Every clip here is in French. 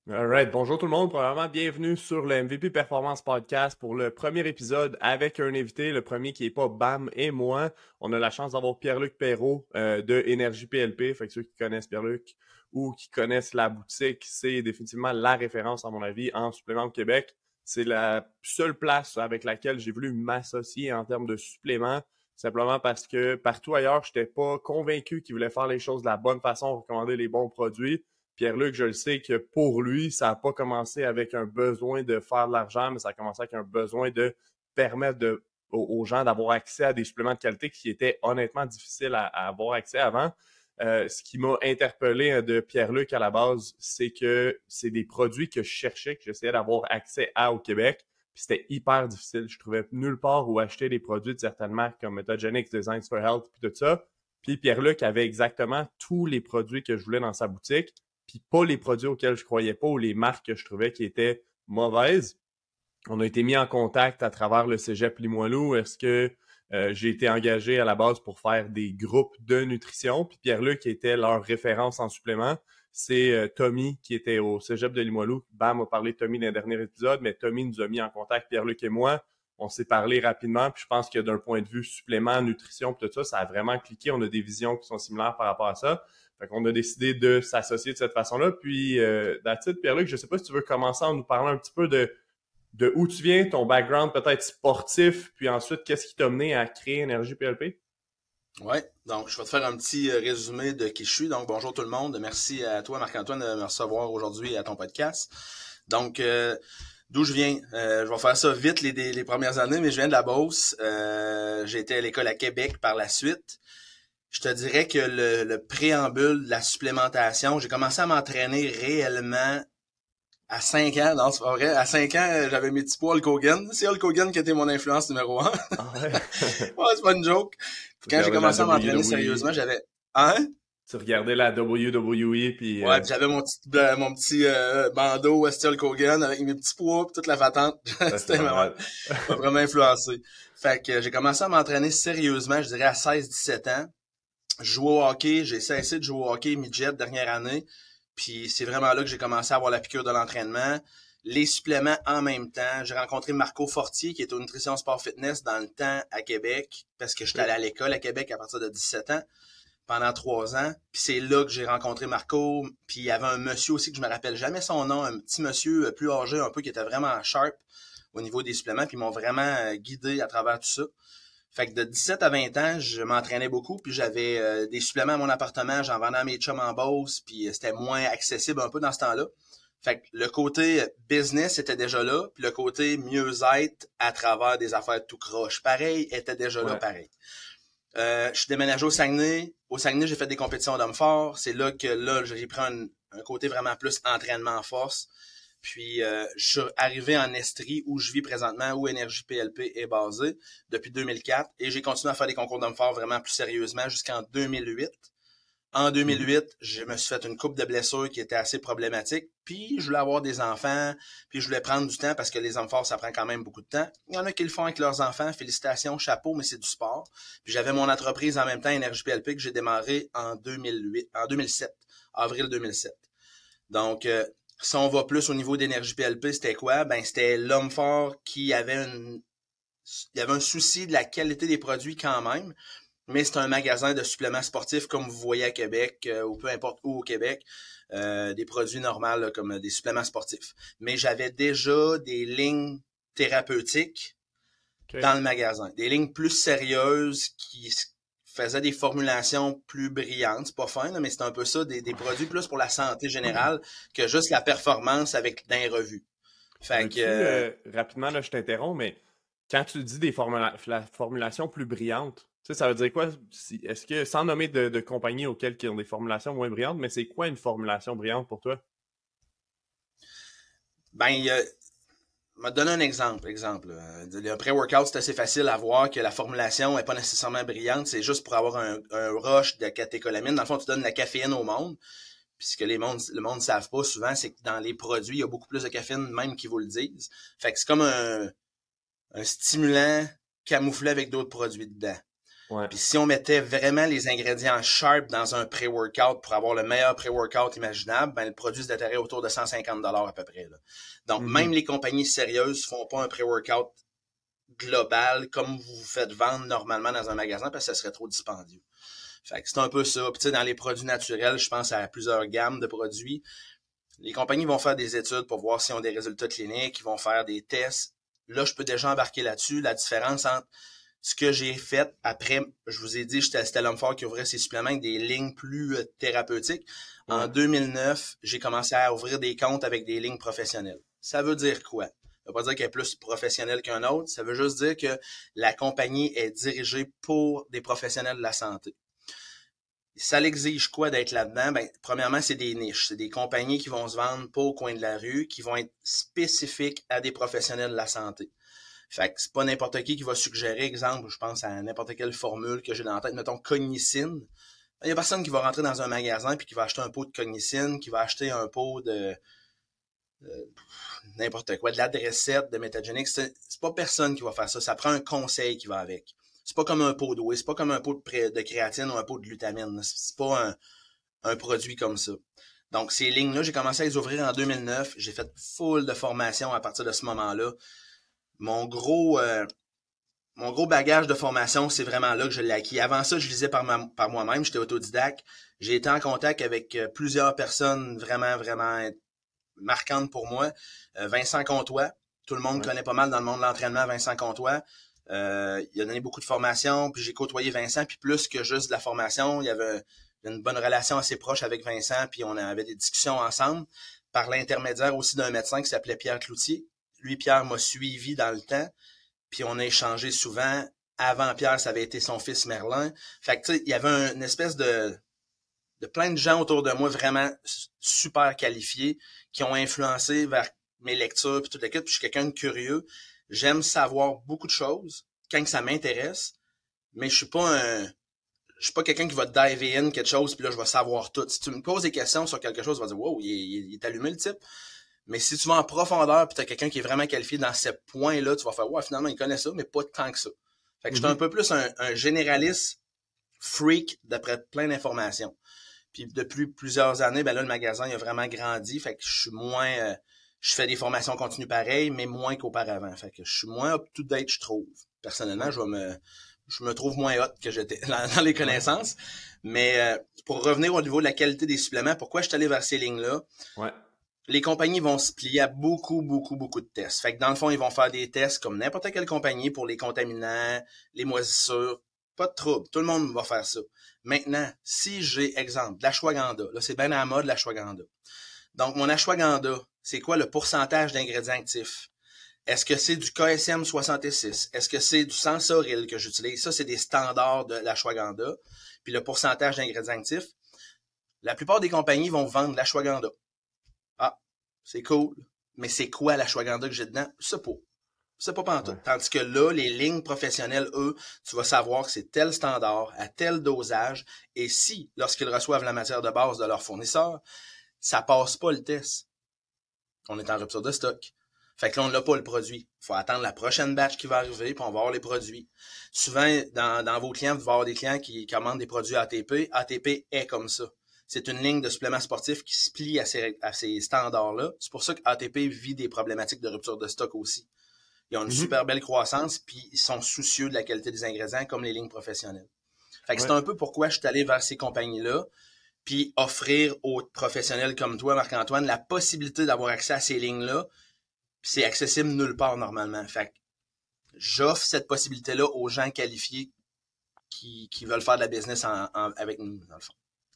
Alright, bonjour tout le monde. Premièrement, bienvenue sur le MVP Performance Podcast pour le premier épisode avec un invité, le premier qui est pas Bam et moi. On a la chance d'avoir Pierre-Luc Perrault de Énergie PLP. Fait que ceux qui connaissent Pierre-Luc ou qui connaissent la boutique, c'est définitivement la référence, à mon avis, en supplément au Québec. C'est la seule place avec laquelle j'ai voulu m'associer en termes de suppléments, simplement parce que partout ailleurs, j'étais pas convaincu qu'il voulait faire les choses de la bonne façon, recommander les bons produits. Pierre-Luc, je le sais que pour lui, ça n'a pas commencé avec un besoin de faire de l'argent, mais ça a commencé avec un besoin de permettre aux gens d'avoir accès à des suppléments de qualité qui étaient honnêtement difficiles à avoir accès avant. Ce qui m'a interpellé de Pierre-Luc à la base, c'est que c'est des produits que je cherchais, que j'essayais d'avoir accès à au Québec. Puis c'était hyper difficile. Je trouvais nulle part où acheter des produits de certaines marques comme Metagenics, Designs for Health, puis tout ça. Puis Pierre-Luc avait exactement tous les produits que je voulais dans sa boutique, puis pas les produits auxquels je croyais pas ou les marques que je trouvais qui étaient mauvaises. On a été mis en contact à travers le Cégep Limoilou. Est-ce que j'ai été engagé à la base pour faire des groupes de nutrition? Puis Pierre-Luc était leur référence en supplément. C'est Tommy qui était au Cégep de Limoilou. Bam a parlé de Tommy dans le dernier épisode, mais Tommy nous a mis en contact, Pierre-Luc et moi. On s'est parlé rapidement, puis je pense que d'un point de vue supplément, nutrition, puis tout ça, ça a vraiment cliqué. On a des visions qui sont similaires par rapport à ça. Fait qu'on a décidé de s'associer de cette façon-là. Puis, that's it, Pierre-Luc, je sais pas si tu veux commencer en nous parlant un petit peu de où tu viens, ton background peut-être sportif, puis ensuite, qu'est-ce qui t'a mené à créer Énergie PLP? Ouais, donc je vais te faire un petit résumé de qui je suis. Donc bonjour tout le monde, merci à toi Marc-Antoine de me recevoir aujourd'hui à ton podcast. Donc d'où je viens, je vais faire ça vite les premières années, mais je viens de la Beauce. J'ai été à l'école à Québec par la suite. Je te dirais que le préambule de la supplémentation, j'ai commencé à m'entraîner réellement à 5 ans. Non, c'est pas vrai. À 5 ans, j'avais mes petits poids Hulk Hogan. C'est Hulk Hogan qui était mon influence numéro un. Ah ouais? Ouais, c'est pas une joke. Tu Quand j'ai regardais la commencé à m'entraîner WWE, sérieusement, j'avais... Hein? tu regardais la WWE, puis Ouais, puis j'avais mon petit bandeau Steel Kogan avec mes petits poids pis toute la patente. c'est C'était vraiment, malade. m'a vraiment influencé. Fait que j'ai commencé à m'entraîner sérieusement, je dirais à 16-17 ans. Je jouais au hockey, j'ai cessé de jouer au hockey midget dernière année. Puis c'est vraiment là que j'ai commencé à avoir la piqûre de l'entraînement. Les suppléments en même temps. J'ai rencontré Marco Fortier, qui est au Nutrition Sport Fitness dans le temps à Québec, parce que j'étais allé OK. à l'école à Québec à partir de 17 ans pendant 3 ans. Puis c'est là que j'ai rencontré Marco. Puis il y avait un monsieur aussi que je me rappelle jamais son nom, un petit monsieur plus âgé un peu qui était vraiment sharp au niveau des suppléments. Puis ils m'ont vraiment guidé à travers tout ça. Fait que de 17 à 20 ans, je m'entraînais beaucoup, puis j'avais des suppléments à mon appartement, j'en vendais à mes chums en Beauce, puis c'était moins accessible un peu dans ce temps-là. Fait que le côté business était déjà là, puis le côté mieux-être à travers des affaires tout croche, pareil, était déjà là, Ouais. pareil. Je suis déménagé au Saguenay. Au Saguenay, j'ai fait des compétitions d'hommes forts. C'est là que là, j'ai pris un côté vraiment plus entraînement en force. Puis, je suis arrivé en Estrie, où je vis présentement, où Énergie PLP est basée, depuis 2004. Et j'ai continué à faire des concours d'hommes forts vraiment plus sérieusement jusqu'en 2008. En Mhm. 2008, je me suis fait une coupe de blessures qui était assez problématique. Puis, je voulais avoir des enfants. Puis, je voulais prendre du temps parce que les hommes forts, ça prend quand même beaucoup de temps. Il y en a qui le font avec leurs enfants. Félicitations, chapeau, mais c'est du sport. Puis, j'avais mon entreprise en même temps, Énergie PLP, que j'ai démarré en 2008, en 2007, avril 2007. Donc, si on va plus au niveau d'énergie PLP, c'était quoi? Ben, c'était l'homme fort qui avait il y avait un souci de la qualité des produits quand même, mais c'est un magasin de suppléments sportifs comme vous voyez à Québec ou peu importe où au Québec, des produits normaux là, comme des suppléments sportifs. Mais j'avais déjà des lignes thérapeutiques OK. dans le magasin, des lignes plus sérieuses qui faisaient des formulations plus brillantes. C'est pas fin, là, mais c'est un peu ça, des produits plus pour la santé générale que juste la performance avec dans les revues. Fait que Veux-tu, rapidement, là, je t'interromps, mais quand tu dis la formulation plus brillante, tu sais, ça veut dire quoi? Est-ce que, sans nommer de compagnies auxquelles qui ont des formulations moins brillantes, mais c'est quoi une formulation brillante pour toi? ben je vais te donner un exemple. Le pré-workout, c'est assez facile à voir que la formulation n'est pas nécessairement brillante. C'est juste pour avoir un rush de catécholamine. Dans le fond, tu donnes la caféine au monde. Puis ce que le monde ne savent pas souvent, c'est que dans les produits, il y a beaucoup plus de caféine, même qu'ils vous le disent. Fait que c'est comme un stimulant camouflé avec d'autres produits dedans. Ouais. Puis si on mettait vraiment les ingrédients sharp dans un pré-workout pour avoir le meilleur pré-workout imaginable, ben le produit se déterrait autour de 150 $ à peu près. Là. Donc, même les compagnies sérieuses font pas un pré-workout global comme vous vous faites vendre normalement dans un magasin parce que ça serait trop dispendieux. Fait que c'est un peu ça. Puis tu sais, dans les produits naturels, je pense à plusieurs gammes de produits. Les compagnies vont faire des études pour voir s'ils ont des résultats cliniques, ils vont faire des tests. Là, je peux déjà embarquer là-dessus. La différence entre ce que j'ai fait après, je vous ai dit, c'était l'homme fort qui ouvrait ses suppléments avec des lignes plus thérapeutiques. Ouais. En 2009, j'ai commencé à ouvrir des comptes avec des lignes professionnelles. Ça veut dire quoi? Ça veut pas dire qu'elle est plus professionnelle qu'un autre. Ça veut juste dire que la compagnie est dirigée pour des professionnels de la santé. Ça l'exige quoi d'être là-dedans? Ben, premièrement, c'est des niches. C'est des compagnies qui vont se vendre pas au coin de la rue, qui vont être spécifiques à des professionnels de la santé. Fait que c'est pas n'importe qui va suggérer, exemple, je pense à n'importe quelle formule que j'ai dans la tête, mettons Cognicine. Il y a personne qui va rentrer dans un magasin puis qui va acheter un pot de Cognicine, qui va acheter un pot de n'importe quoi, de l'adressette, de Metagenic. C'est pas personne qui va faire ça. Ça prend un conseil qui va avec. C'est pas comme un pot d'eau, c'est pas comme un pot de créatine ou un pot de glutamine. C'est pas un produit comme ça. Donc, ces lignes-là, j'ai commencé à les ouvrir en 2009. J'ai fait full de formation à partir de ce moment-là. Mon gros bagage de formation, c'est vraiment là que je l'ai acquis. Avant ça, je lisais par moi-même, j'étais autodidacte. J'ai été en contact avec plusieurs personnes vraiment, vraiment marquantes pour moi. Vincent Comtois, tout le monde connaît pas mal dans le monde de l'entraînement Vincent Comtois. Il a donné beaucoup de formations, puis j'ai côtoyé Vincent, puis plus que juste de la formation, il y avait une bonne relation assez proche avec Vincent, puis on avait des discussions ensemble, par l'intermédiaire aussi d'un médecin qui s'appelait Pierre Cloutier. Lui, Pierre m'a suivi dans le temps, puis on a échangé souvent. Avant Pierre, ça avait été son fils Merlin. Fait que tu sais, il y avait une espèce de plein de gens autour de moi vraiment super qualifiés qui ont influencé vers mes lectures puis toute l'équipe. Puis je suis quelqu'un de curieux. J'aime savoir beaucoup de choses quand ça m'intéresse, mais je suis pas quelqu'un qui va dive in quelque chose puis là je vais savoir tout. Si tu me poses des questions sur quelque chose, tu vas dire wow, il est allumé le type. Mais si tu vas en profondeur puis tu as quelqu'un qui est vraiment qualifié dans ces points-là, tu vas faire ouais, finalement il connaît ça, mais pas tant que ça. Fait que je suis un peu plus un généraliste freak d'après plein d'informations. Puis depuis plusieurs années, ben là le magasin il a vraiment grandi, fait que je suis moins je fais des formations continues pareilles, mais moins qu'auparavant. Fait que je suis moins up-to-date, je trouve. Personnellement, je me trouve moins hot que j'étais dans les connaissances. Mais pour revenir au niveau de la qualité des suppléments, pourquoi je suis allé vers ces lignes-là? Ouais. Les compagnies vont se plier à beaucoup de tests. Fait que dans le fond, ils vont faire des tests comme n'importe quelle compagnie pour les contaminants, les moisissures. Pas de trouble. Tout le monde va faire ça. Maintenant, si j'ai, exemple, de l'ashwagandha. Là, c'est bien à la mode, l'ashwagandha. Donc, mon ashwagandha, c'est quoi le pourcentage d'ingrédients actifs? Est-ce que c'est du KSM 66? Est-ce que c'est du Sensoril que j'utilise? Ça, c'est des standards de l'ashwagandha. Puis le pourcentage d'ingrédients actifs. La plupart des compagnies vont vendre l'ashwagandha. Ah, c'est cool. Mais c'est quoi l'ashwagandha que j'ai dedans? C'est pas. C'est pas pantoute. Ouais. Tandis que là, les lignes professionnelles, eux, tu vas savoir que c'est tel standard, à tel dosage. Et si, lorsqu'ils reçoivent la matière de base de leur fournisseur, ça passe pas le test, on est en rupture de stock. Fait que là, on n'a pas le produit. Il faut attendre la prochaine batch qui va arriver, puis on va avoir les produits. Souvent, dans vos clients, vous allez avoir des clients qui commandent des produits ATP. ATP est comme ça. C'est une ligne de suppléments sportifs qui se plie à ces standards-là. C'est pour ça que ATP vit des problématiques de rupture de stock aussi. Ils ont une super belle croissance, puis ils sont soucieux de la qualité des ingrédients, comme les lignes professionnelles. Fait que c'est un peu pourquoi je suis allé vers ces compagnies-là, puis offrir aux professionnels comme toi, Marc-Antoine, la possibilité d'avoir accès à ces lignes-là, puis c'est accessible nulle part normalement. Fait que j'offre cette possibilité-là aux gens qualifiés qui veulent faire de la business avec nous, dans le fond.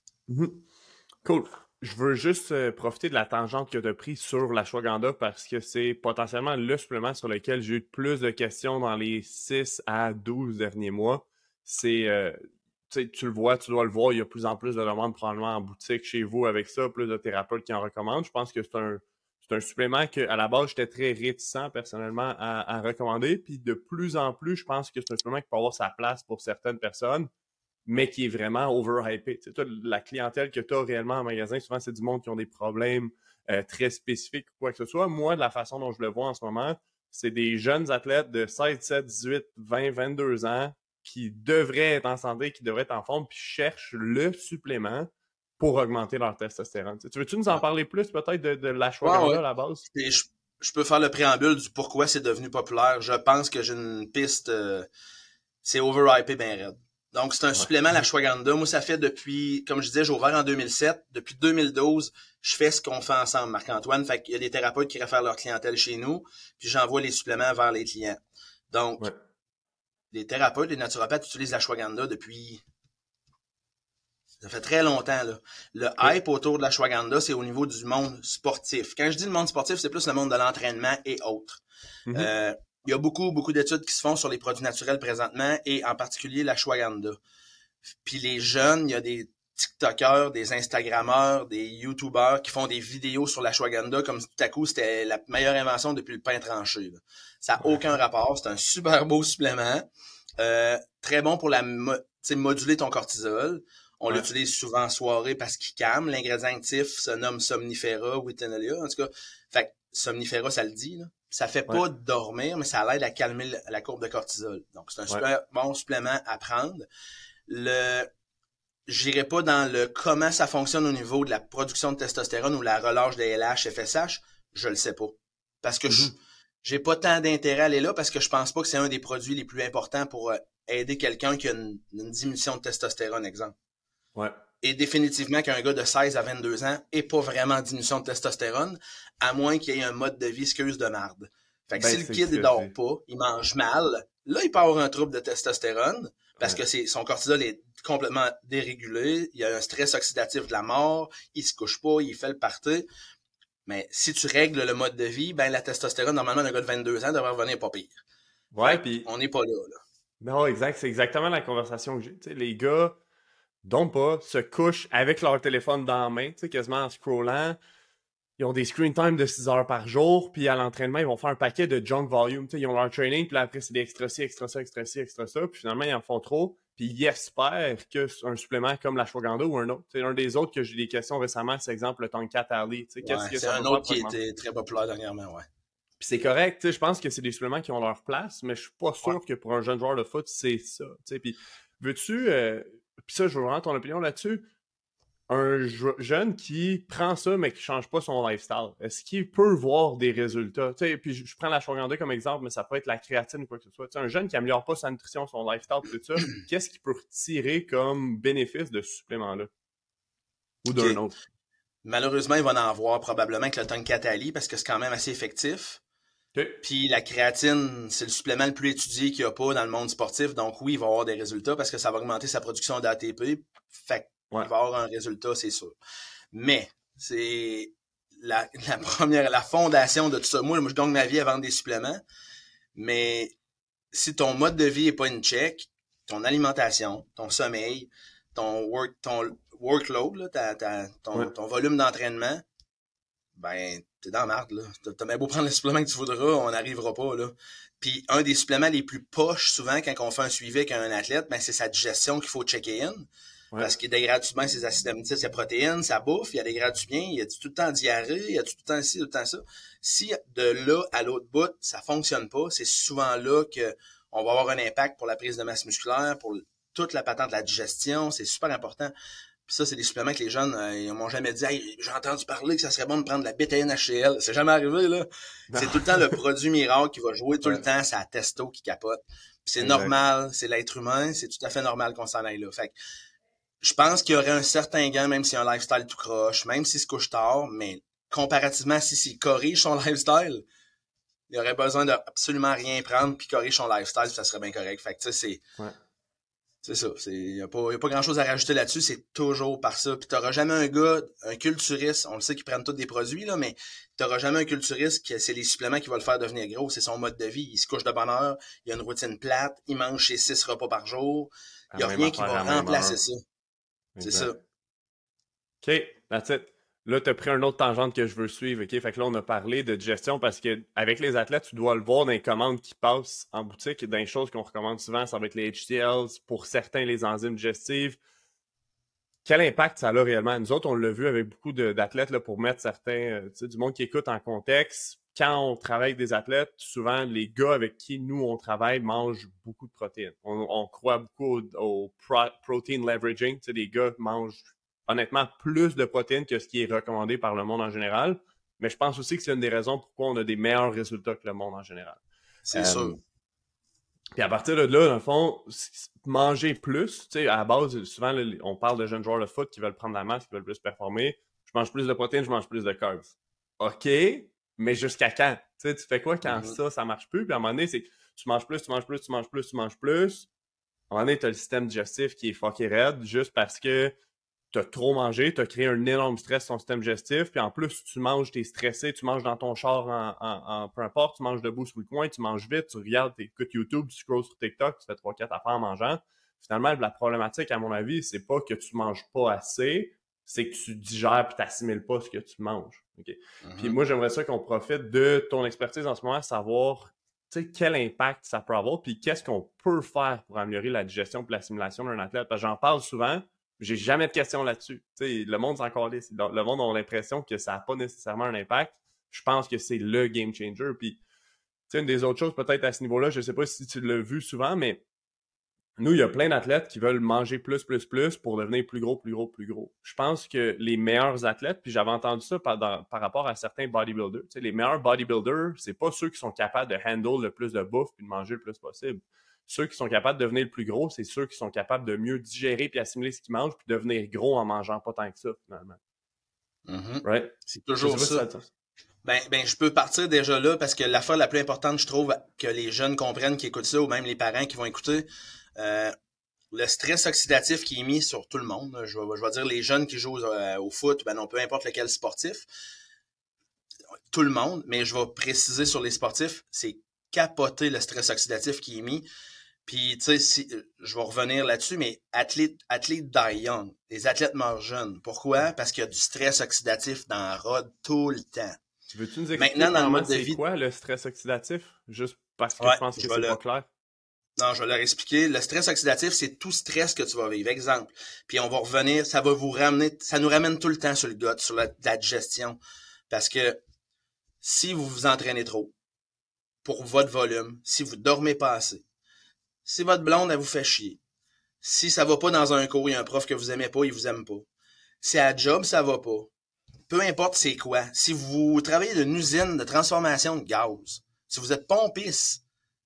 Cool. Je veux juste profiter de la tangente que tu as prise sur l'ashwagandha parce que c'est potentiellement le supplément sur lequel j'ai eu le plus de questions dans les 6 à 12 derniers mois. C'est, tu le vois, tu dois le voir, il y a de plus en plus de demandes probablement en boutique chez vous avec ça, plus de thérapeutes qui en recommandent. Je pense que c'est un supplément qu'à la base, j'étais très réticent personnellement à recommander. Puis de plus en plus, je pense que c'est un supplément qui peut avoir sa place pour certaines personnes, mais qui est vraiment overhypé. Tu sais, toi, la clientèle que tu as réellement en magasin, souvent, c'est du monde qui ont des problèmes très spécifiques ou quoi que ce soit. Moi, de la façon dont je le vois en ce moment, c'est des jeunes athlètes de 16, 17, 18, 20, 22 ans qui devraient être en santé, qui devraient être en forme, puis cherchent le supplément pour augmenter leur testostérone. Tu veux-tu nous en parler plus peut-être de l'ashwagandha Ouais. à la base? Et je peux faire le préambule du pourquoi c'est devenu populaire. Je pense que j'ai une piste, c'est overhypé ben raide. Donc, c'est un supplément, l'ashwagandha. Moi, ça fait depuis, comme je disais, j'ai ouvert en 2007. Depuis 2012, je fais ce qu'on fait ensemble, Marc-Antoine. Fait qu'il y a des thérapeutes qui réfèrent leur clientèle chez nous, puis j'envoie les suppléments vers les clients. Donc, les thérapeutes, les naturopathes utilisent l'ashwagandha depuis... Ça fait très longtemps, là. Le hype autour de l'ashwagandha, c'est au niveau du monde sportif. Quand je dis le monde sportif, c'est plus le monde de l'entraînement et autres. Il y a beaucoup d'études qui se font sur les produits naturels présentement et en particulier l'ashwagandha. Puis les jeunes, il y a des TikTokers, des Instagrammeurs, des YouTubers qui font des vidéos sur l'ashwagandha comme tout à coup c'était la meilleure invention depuis le pain tranché, là. Ça n'a aucun rapport. C'est un super beau supplément. Très bon pour moduler ton cortisol. On l'utilise souvent en soirée parce qu'il calme. L'ingrédient actif se nomme Somnifera ou Etenalia. En tout cas, fait Somnifera, ça le dit, là. Ça fait pas dormir, mais ça l'aide à calmer la courbe de cortisol. Donc, c'est un super bon supplément à prendre. J'irai pas dans le comment ça fonctionne au niveau de la production de testostérone ou la relâche des LH, FSH. Je le sais pas. Parce que j'ai pas tant d'intérêt à aller là parce que je pense pas que c'est un des produits les plus importants pour aider quelqu'un qui a une diminution de testostérone, exemple. Et définitivement qu'un gars de 16 à 22 ans ait pas vraiment diminution de testostérone, à moins qu'il ait un mode de vie excuse de marde. Fait que si le kid il dort pas, il mange mal, là il peut avoir un trouble de testostérone parce que son cortisol est complètement dérégulé, il y a un stress oxydatif de la mort, il se couche pas, il fait le party. Mais si tu règles le mode de vie, ben la testostérone, normalement, un gars de 22 ans devrait revenir pas pire. Puis on n'est pas là. Non, exact. C'est exactement la conversation que j'ai. T'sais, les gars, dorment pas, se couchent avec leur téléphone dans la main, quasiment en scrollant. Ils ont des screen time de 6 heures par jour, puis à l'entraînement, ils vont faire un paquet de junk volume. Ils ont leur training, puis là, après, c'est des extra ci, extra ça, extra ci, extra ça, puis finalement, ils en font trop. Puis ils espèrent qu'un supplément comme l'ashwagandha ou un autre. Un des autres que j'ai des questions récemment, c'est exemple le Tonkat Ali. Qu'est-ce que c'est ça un autre qui était très populaire dernièrement, Puis c'est correct, je pense que c'est des suppléments qui ont leur place, mais je suis pas sûr que pour un jeune joueur de foot, c'est ça. Puis veux-tu, puis ça, je veux vraiment ton opinion là-dessus, un jeune qui prend ça, mais qui change pas son lifestyle, est-ce qu'il peut voir des résultats? Puis je prends la l'ashwagandha comme exemple, mais ça peut être la créatine ou quoi que ce soit. Un jeune qui améliore pas sa nutrition, son lifestyle, tout ça, qu'est-ce qu'il peut retirer comme bénéfice de ce supplément-là? Ou d'un autre? Malheureusement, il va en avoir probablement avec le Tonkat Ali parce que c'est quand même assez effectif. Puis la créatine, c'est le supplément le plus étudié qu'il n'y a pas dans le monde sportif. Donc oui, il va avoir des résultats parce que ça va augmenter sa production d'ATP. Fait qu'il va avoir un résultat, c'est sûr. Mais c'est la fondation de tout ça. Moi, je gagne ma vie à vendre des suppléments. Mais si ton mode de vie n'est pas in check, ton alimentation, ton sommeil, ton workload, là, ton volume d'entraînement, ben, t'es dans la marde, là. T'as bien beau prendre le supplément que tu voudras, on n'arrivera pas, là. Puis, un des suppléments les plus poches, souvent, quand on fait un suivi avec un athlète, ben, c'est sa digestion qu'il faut checker in. Parce qu'il dégrade tout bien ses acides aminés, ses protéines, sa bouffe, il dégrade tout bien, il y a tout le temps diarrhée, il y a tout le temps ci, tout le temps ça. Si de là à l'autre bout, ça fonctionne pas, c'est souvent là que on va avoir un impact pour la prise de masse musculaire, pour toute la patente de la digestion, c'est super important. Puis ça, c'est des suppléments que les jeunes, ils m'ont jamais dit, hey, j'ai entendu parler que ça serait bon de prendre de la bêta-NHCl. C'est jamais arrivé, là. Non. C'est tout le temps le produit miracle qui va jouer tout le temps, c'est la testo qui capote. Puis c'est normal, c'est l'être humain, c'est tout à fait normal qu'on s'en aille là. Fait que, je pense qu'il y aurait un certain gain, même s'il a un lifestyle tout croche, même s'il se couche tard, mais comparativement, s'il corrige son lifestyle, il aurait besoin d'absolument rien prendre, puis corrige son lifestyle, ça serait bien correct. Fait que, tu sais, c'est ça. Il y a pas grand chose à rajouter là-dessus. C'est toujours par ça. Puis t'auras jamais un gars, un culturiste, on le sait qu'ils prennent tous des produits, là, mais t'auras jamais un culturiste que c'est les suppléments qui vont le faire devenir gros. C'est son mode de vie. Il se couche de bonne heure. Il a une routine plate. Il mange ses 6 repas par jour. Il n'y a rien qui va remplacer ça. C'est ça. OK, that's it. Là, tu as pris un autre tangente que je veux suivre. OK? Fait que là, on a parlé de digestion parce que avec les athlètes, tu dois le voir dans les commandes qui passent en boutique et dans les choses qu'on recommande souvent, ça va être les HCLs, pour certains, les enzymes digestives. quel impact ça a réellement? Nous autres, on l'a vu avec beaucoup d'athlètes là, pour mettre certains, du monde qui écoute en contexte. Quand on travaille avec des athlètes, souvent les gars avec qui nous on travaille mangent beaucoup de protéines. On croit beaucoup au protein leveraging. Les gars mangent honnêtement plus de protéines que ce qui est recommandé par le monde en général. Mais je pense aussi que c'est une des raisons pourquoi on a des meilleurs résultats que le monde en général. C'est sûr. Puis à partir de là, dans le fond, manger plus, tu sais, à la base, souvent, là, on parle de jeunes joueurs de foot qui veulent prendre la masse, qui veulent plus performer. Je mange plus de protéines, je mange plus de carbs. OK, mais jusqu'à quand? Tu sais, tu fais quoi quand ça marche plus? Puis à un moment donné, c'est tu manges plus, tu manges plus, tu manges plus, tu manges plus. À un moment donné, t'as le système digestif qui est fucké raide juste parce que t'as trop mangé, t'as créé un énorme stress sur ton système digestif, puis en plus, tu manges, t'es stressé, tu manges dans ton char en peu importe, tu manges debout sur le coin, tu manges vite, tu regardes, tu écoutes YouTube, tu scrolls sur TikTok, tu fais 3-4 affaires en mangeant. Finalement, la problématique, à mon avis, c'est pas que tu manges pas assez, c'est que tu digères puis t'assimiles pas ce que tu manges. Okay? Puis moi, j'aimerais ça qu'on profite de ton expertise en ce moment, savoir quel impact ça peut avoir, puis qu'est-ce qu'on peut faire pour améliorer la digestion et l'assimilation d'un athlète. Parce que j'en parle souvent, j'ai jamais de questions là-dessus. T'sais, le monde s'en calisse. Le monde a l'impression que ça n'a pas nécessairement un impact. Je pense que c'est le game changer. Puis, une des autres choses peut-être à ce niveau-là, je sais pas si tu l'as vu souvent, mais nous, il y a plein d'athlètes qui veulent manger plus pour devenir plus gros. Je pense que les meilleurs athlètes, puis j'avais entendu ça par rapport à certains bodybuilders, les meilleurs bodybuilders, c'est pas ceux qui sont capables de handle le plus de bouffe puis de manger le plus possible. Ceux qui sont capables de devenir le plus gros, c'est ceux qui sont capables de mieux digérer puis assimiler ce qu'ils mangent puis devenir gros en mangeant pas tant que ça, finalement. Right? C'est toujours ça. Ben, je peux partir déjà là parce que l'affaire la plus importante, je trouve, que les jeunes comprennent qui écoutent ça ou même les parents qui vont écouter, le stress oxydatif qui est mis sur tout le monde. Je vais dire les jeunes qui jouent au foot, ben non, peu importe lequel sportif, tout le monde, mais je vais préciser sur les sportifs, c'est capoter le stress oxydatif qui est mis. Puis, tu sais, je vais revenir là-dessus, mais athlètes die young. Les athlètes meurent jeunes. Pourquoi? Parce qu'il y a du stress oxydatif dans la rod tout le temps. Veux-tu nous expliquer maintenant c'est quoi le stress oxydatif? Juste parce que je pense que c'est pas clair. Non, je vais leur expliquer. Le stress oxydatif, c'est tout stress que tu vas vivre. Exemple. Puis on va revenir, ça va vous ramener, ça nous ramène tout le temps sur le gut, sur la digestion. Parce que si vous vous entraînez trop pour votre volume, si vous dormez pas assez, si votre blonde, elle vous fait chier, si ça va pas dans un cours, il y a un prof que vous aimez pas, il vous aime pas. Si à la job, ça va pas. Peu importe c'est quoi. Si vous travaillez dans une usine de transformation de gaz, si vous êtes pompiste,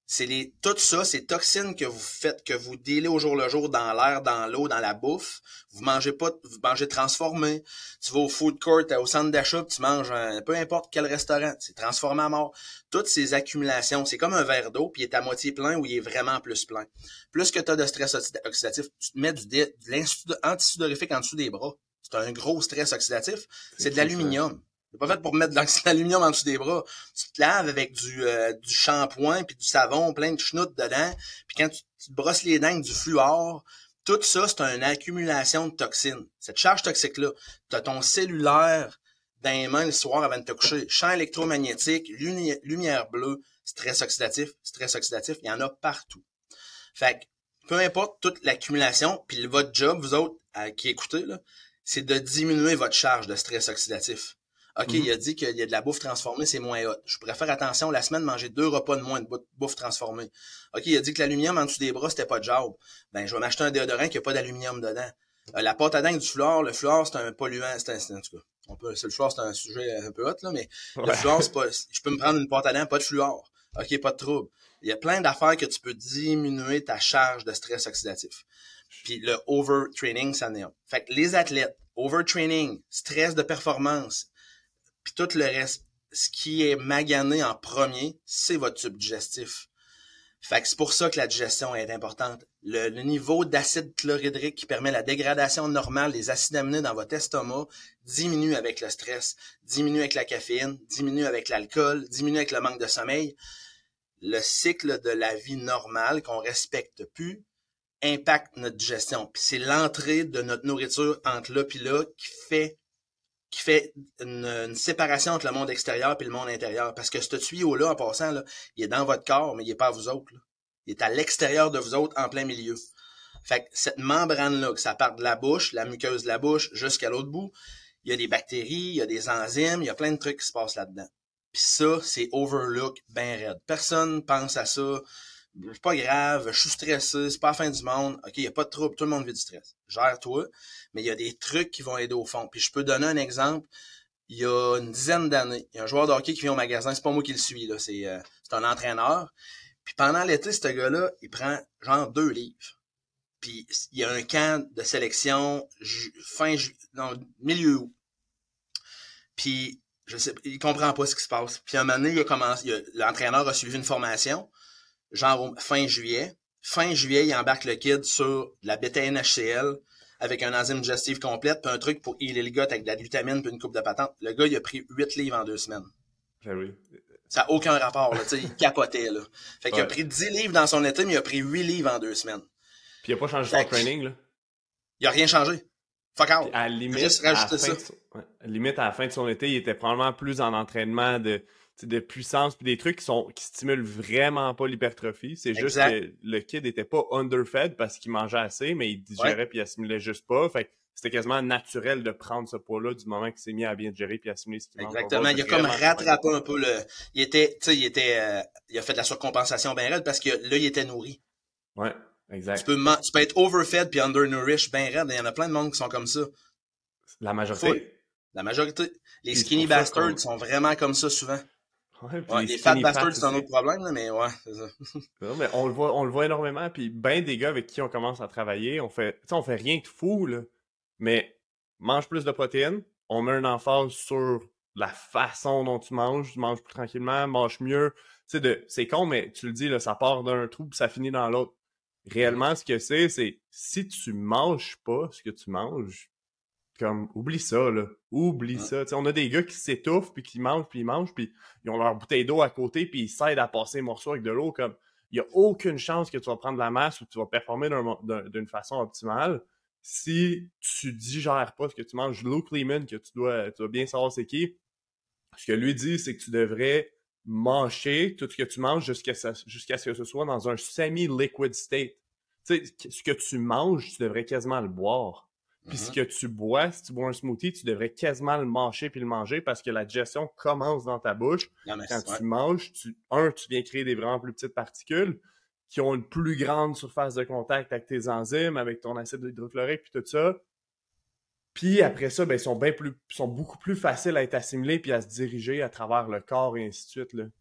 tout ça, ces toxines que vous faites, que vous dealez au jour le jour dans l'air, dans l'eau, dans la bouffe. Vous mangez transformé. Tu vas au food court, au centre d'achat, tu manges peu importe quel restaurant. C'est transformé à mort. Toutes ces accumulations, c'est comme un verre d'eau, puis il est à moitié plein ou il est vraiment plus plein. Plus que tu as de stress oxydatif, tu te mets de l'antisudorifique en dessous des bras. C'est un gros stress oxydatif. C'est de l'aluminium. C'est pas fait pour mettre de l'aluminium en dessous des bras. Tu te laves avec du shampoing puis du savon plein de schnout dedans. Puis quand tu te brosses les dents avec du fluor, tout ça, c'est une accumulation de toxines. Cette charge toxique-là, tu as ton cellulaire dans les mains le soir avant de te coucher. Champ électromagnétique, lumière bleue, stress oxydatif, il y en a partout. Fait que, peu importe toute l'accumulation, puis votre job, vous autres, qui écoutez, là, c'est de diminuer votre charge de stress oxydatif. OK, il a dit qu'il y a de la bouffe transformée, c'est moins hot. Je pourrais faire attention la semaine, manger 2 repas de moins de bouffe transformée. OK, il a dit que l'aluminium en dessous des bras, c'était pas de job. Ben, je vais m'acheter un déodorant qui a pas d'aluminium dedans. La pâte à dents avec du fluor, le fluor, c'est un polluant. En tout cas, le fluor, c'est un sujet un peu hot, là, mais le fluor, c'est pas, je peux me prendre une pâte à dents, pas de fluor. OK, pas de trouble. Il y a plein d'affaires que tu peux diminuer ta charge de stress oxydatif. Puis le overtraining, ça n'est pas. Fait que les athlètes, overtraining, stress de performance, puis tout le reste, ce qui est magané en premier, c'est votre tube digestif. Fait que c'est pour ça que la digestion est importante. Le niveau d'acide chlorhydrique qui permet la dégradation normale des acides aminés dans votre estomac diminue avec le stress, diminue avec la caféine, diminue avec l'alcool, diminue avec le manque de sommeil. Le cycle de la vie normale qu'on respecte plus impacte notre digestion. Puis c'est l'entrée de notre nourriture entre là puis là qui fait une séparation entre le monde extérieur et le monde intérieur. Parce que ce tuyau-là, en passant, là, il est dans votre corps, mais il est pas à vous autres. Là. Il est à l'extérieur de vous autres, en plein milieu. Fait que cette membrane-là, que ça part de la bouche, la muqueuse de la bouche, jusqu'à l'autre bout, il y a des bactéries, il y a des enzymes, il y a plein de trucs qui se passent là-dedans. Puis ça, c'est overlook ben raide. Personne pense à ça. C'est pas grave, je suis stressé, c'est pas la fin du monde. OK, il n'y a pas de trouble, tout le monde vit du stress. Gère-toi, mais il y a des trucs qui vont aider au fond. Puis je peux donner un exemple. Il y a une dizaine d'années, il y a un joueur de hockey qui vient au magasin, c'est pas moi qui le suis, là, c'est un entraîneur. Puis pendant l'été, ce gars-là, il prend genre 2 livres. Puis il y a un camp de sélection milieu août. Puis je sais, il comprend pas ce qui se passe. Puis un moment donné, l'entraîneur a suivi une formation, genre fin juillet. Fin juillet, il embarque le kid sur de la bêta-NHCl avec un enzyme digestive complète, puis un truc pour healer le gut avec de la glutamine puis une coupe de patente. Le gars, il a pris 8 livres en 2 semaines. Ben oui. Ça n'a aucun rapport, là, tu sais, il capotait, là. Fait qu'il a pris 10 livres dans son été, mais il a pris 8 livres en 2 semaines. Puis il a pas changé son training, là. Il a rien changé. Fuck out. À la limite, à la fin de son été, il était probablement plus en entraînement de puissance puis des trucs qui stimulent vraiment pas l'hypertrophie. C'est juste que le kid était pas underfed parce qu'il mangeait assez, mais il digérait puis il assimilait juste pas. Fait que c'était quasiment naturel de prendre ce poids-là du moment qu'il s'est mis à bien digérer puis assimiler ce qu'il mange. Exactement. Il a comme rattrapé un peu il a fait de la surcompensation bien raide parce que là, il était nourri. Ouais, exact. Tu peux être overfed puis undernourished bien raide. Il y en a plein de monde qui sont comme ça. La majorité. La majorité. Les skinny bastards sont vraiment comme ça souvent. Ouais, les fat bastards, c'est un autre problème, là, mais ouais, c'est ça. Non, mais on le voit énormément, puis ben des gars avec qui on commence à travailler, on fait rien de fou, là, mais mange plus de protéines, on met une emphase sur la façon dont tu manges plus tranquillement, mange mieux, c'est con, mais tu le dis, là, ça part d'un trou puis ça finit dans l'autre. Réellement, ce que c'est si tu manges pas ce que tu manges, comme, oublie ça, là. Oublie ça. T'sais, on a des gars qui s'étouffent, puis qui mangent, puis ils ont leur bouteille d'eau à côté, puis ils s'aident à passer les morceaux avec de l'eau. Comme, il n'y a aucune chance que tu vas prendre de la masse ou que tu vas performer d'une façon optimale si tu digères pas ce que tu manges. Luke Leaman, que tu dois bien savoir c'est qui, ce que lui dit, c'est que tu devrais mâcher tout ce que tu manges jusqu'à ce que ce soit dans un semi-liquid state. Tu sais, ce que tu manges, tu devrais quasiment le boire. Puis ce que tu bois, si tu bois un smoothie, tu devrais quasiment le mâcher puis le manger parce que la digestion commence dans ta bouche. Quand tu manges, tu viens créer des vraiment plus petites particules qui ont une plus grande surface de contact avec tes enzymes, avec ton acide hydrochlorique puis tout ça. Puis après ça, ben, ils sont beaucoup plus faciles à être assimilés puis à se diriger à travers le corps et ainsi de suite, là.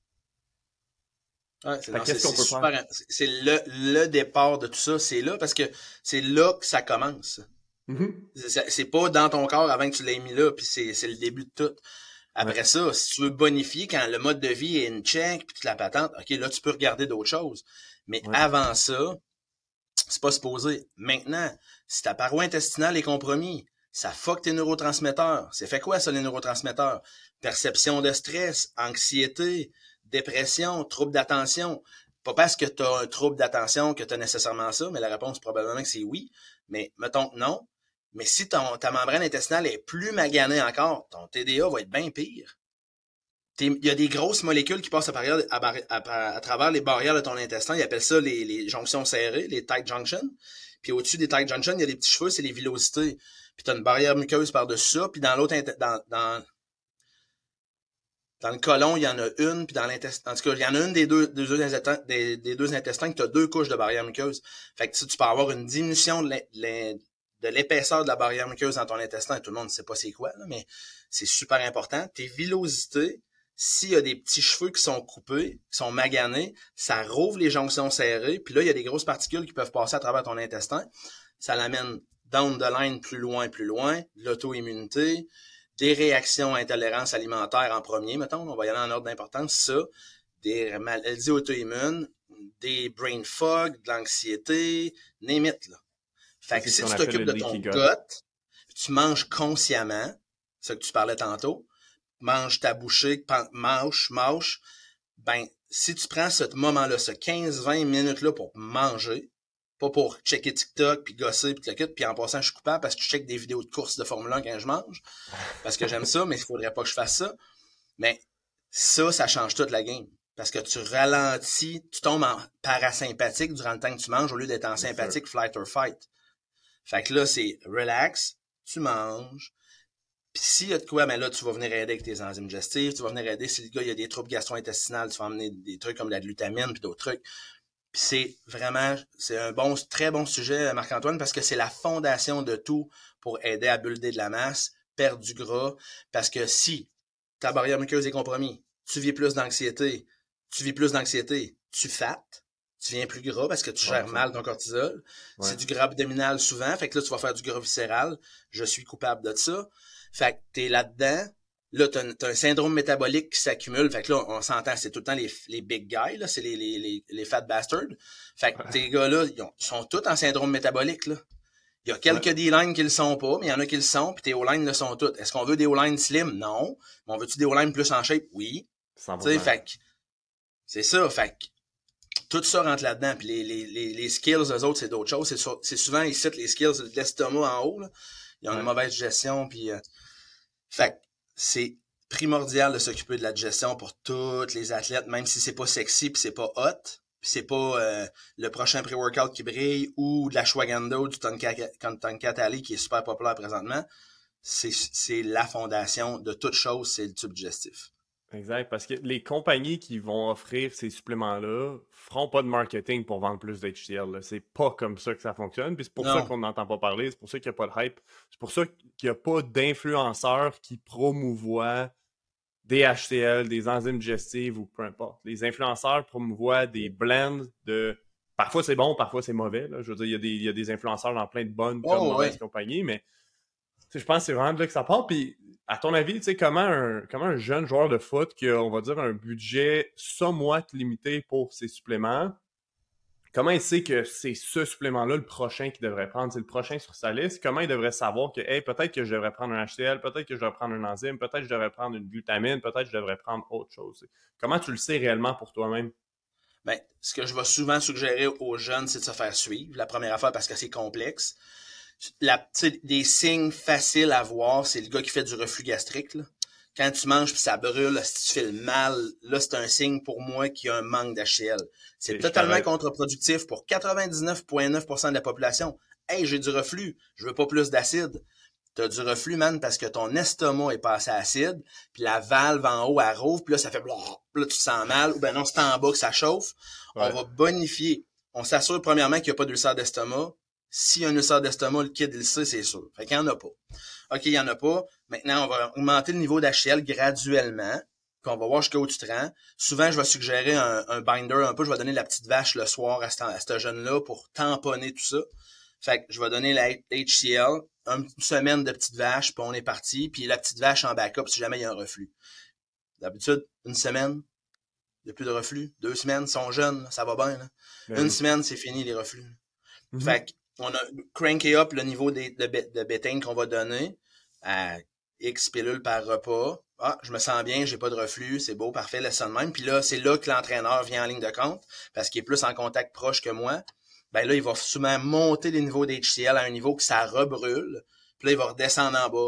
Ouais, c'est le départ de tout ça, c'est là parce que c'est là que ça commence. Mm-hmm. C'est pas dans ton corps avant que tu l'aies mis là, puis c'est le début de tout. Après ça, si tu veux bonifier quand le mode de vie est une check, puis toute la patente, ok, là tu peux regarder d'autres choses. Mais avant ça, c'est pas supposé. Maintenant, si ta paroi intestinale est compromise, ça fuck tes neurotransmetteurs. C'est fait quoi ça, les neurotransmetteurs? Perception de stress, anxiété, dépression, trouble d'attention. Pas parce que tu as un trouble d'attention que tu as nécessairement ça, mais la réponse probablement que c'est oui. Mais mettons que non. Mais si ta membrane intestinale est plus maganée encore, ton TDA va être bien pire. Il y a des grosses molécules qui passent à travers les barrières de ton intestin. Ils appellent ça les jonctions serrées, les tight junctions. Puis au-dessus des tight junctions, il y a des petits cheveux, c'est les villosités. Puis tu as une barrière muqueuse par-dessus ça. Puis dans l'autre, dans le côlon, il y en a une, puis dans l'intestin. En tout cas, il y en a une des deux intestins que tu as 2 couches de barrière muqueuse. Fait que tu peux avoir une diminution de l'épaisseur de la barrière muqueuse dans ton intestin. Tout le monde ne sait pas c'est quoi, là, mais c'est super important. Tes villosités, s'il y a des petits cheveux qui sont coupés, qui sont maganés, ça rouvre les jonctions serrées, puis là, il y a des grosses particules qui peuvent passer à travers ton intestin. Ça l'amène down the line plus loin, l'auto-immunité, des réactions à intolérance alimentaire en premier, mettons, on va y aller en ordre d'importance, ça, des maladies auto-immunes, des brain fog, de l'anxiété, name it, là. Fait que si tu t'occupes de ton gut, tu manges consciemment, ce que tu parlais tantôt, mange ta bouchée, mâche, ben, si tu prends ce moment-là, ce 15-20 minutes-là pour manger, pas pour checker TikTok, puis gosser, puis te le puis en passant, je suis coupable parce que je check des vidéos de courses de Formule 1 quand je mange, parce que j'aime ça, mais il faudrait pas que je fasse ça. Mais ça change toute la game. parce que tu ralentis, tu tombes en parasympathique durant le temps que tu manges au lieu d'être en C'est sympathique, flight or fight. Fait que là, c'est relax, tu manges. Puis s'il y a de quoi, ben là, tu vas venir aider avec tes enzymes digestives, tu vas venir aider si le gars il y a des troubles gastro-intestinales, tu vas emmener des trucs comme de la glutamine puis d'autres trucs. Puis c'est un très bon sujet, Marc-Antoine, parce que c'est la fondation de tout pour aider à builder de la masse, perdre du gras. Parce que si ta barrière muqueuse est compromise, tu vis plus d'anxiété, tu fattes, tu viens plus gras parce que tu gères mal ton cortisol. Ouais. C'est du gras abdominal souvent, fait que là, tu vas faire du gras viscéral. Je suis coupable de ça. Fait que t'es là-dedans. Là, t'as un syndrome métabolique qui s'accumule. Fait que là, on s'entend, c'est tout le temps les big guys, là. C'est les fat bastards. Fait que tes gars-là, ils sont tous en syndrome métabolique, là. Il y a quelques D-line qui le sont pas, mais il y en a qui le sont, puis tes O-line le sont toutes. Est-ce qu'on veut des O-line slim? Non. Mais on veut-tu des O-line plus en shape? Oui. Tu sais, fait que, c'est ça. Fait que, tout ça rentre là-dedans. Puis les skills, eux autres, c'est d'autres choses. C'est souvent, ils citent les skills de l'estomac en haut, là. Ils ont une mauvaise gestion, puis fait que c'est primordial de s'occuper de la digestion pour tous les athlètes, même si c'est pas sexy puis c'est pas hot, puis c'est pas le prochain pré-workout qui brille ou de la Ashwagandha ou du Tonkatali qui est super populaire présentement. C'est la fondation de toute chose, c'est le tube digestif. Exact, parce que les compagnies qui vont offrir ces suppléments-là feront pas de marketing pour vendre plus d'HCL. Là. C'est pas comme ça que ça fonctionne, puis c'est pour ça qu'on n'entend pas parler, c'est pour ça qu'il n'y a pas de hype, c'est pour ça qu'il n'y a pas d'influenceurs qui promouvoient des HCL, des enzymes digestives ou peu importe. Les influenceurs promouvoient des blends de... Parfois c'est bon, parfois c'est mauvais. Là. Je veux dire, il y a des influenceurs dans plein de bonnes comme mauvaises compagnies, mais je pense que c'est vraiment de là que ça part, puis à ton avis, tu sais, comment un jeune joueur de foot qui a, on va dire, un budget somewhat limité pour ses suppléments, comment il sait que c'est ce supplément-là le prochain qu'il devrait prendre, c'est le prochain sur sa liste? Comment il devrait savoir que, hey, peut-être que je devrais prendre un HCL, peut-être que je devrais prendre un enzyme, peut-être que je devrais prendre une glutamine, peut-être que je devrais prendre autre chose? Comment tu le sais réellement pour toi-même? Ben, ce que je vais souvent suggérer aux jeunes, c'est de se faire suivre. La première affaire, parce que c'est complexe. Des signes faciles à voir, c'est le gars qui fait du reflux gastrique, là. Quand tu manges puis ça brûle, si tu fais le mal, là, c'est un signe pour moi qu'il y a un manque d'HCL. C'est totalement contre-productif pour 99,9% de la population. Hey, j'ai du reflux, je veux pas plus d'acide. T'as du reflux, man, parce que ton estomac est passé acide, puis la valve en haut, elle rouvre, puis là, ça fait blablabla, là, tu te sens mal, ou ben non, c'est en bas que ça chauffe. Ouais. On va bonifier. On s'assure premièrement qu'il n'y a pas d'ulcère d'estomac. S'il y a un ulcère d'estomac, le kid, il le sait, c'est sûr. Fait qu'il n'y en a pas. OK, il n'y en a pas. Maintenant, on va augmenter le niveau d'HCL graduellement. Puis on va voir jusqu'à où tu te rends. Souvent, je vais suggérer un binder un peu. Je vais donner la petite vache le soir à ce jeune-là pour tamponner tout ça. Fait que je vais donner la HCL, une semaine de petite vache, puis on est parti. Puis la petite vache en backup si jamais il y a un reflux. D'habitude, une semaine, il n'y a plus de reflux. 2 semaines, ils sont jeunes, ça va bien. Là. Une semaine, c'est fini les reflux. Mm-hmm. Fait que on a cranké up le niveau de bétaine qu'on va donner à X pilules par repas. Ah, je me sens bien, j'ai pas de reflux, c'est beau, parfait, laisse ça de même. Puis là, c'est là que l'entraîneur vient en ligne de compte, parce qu'il est plus en contact proche que moi. Ben là, il va souvent monter les niveaux d'HCL à un niveau que ça rebrûle. Puis là, il va redescendre en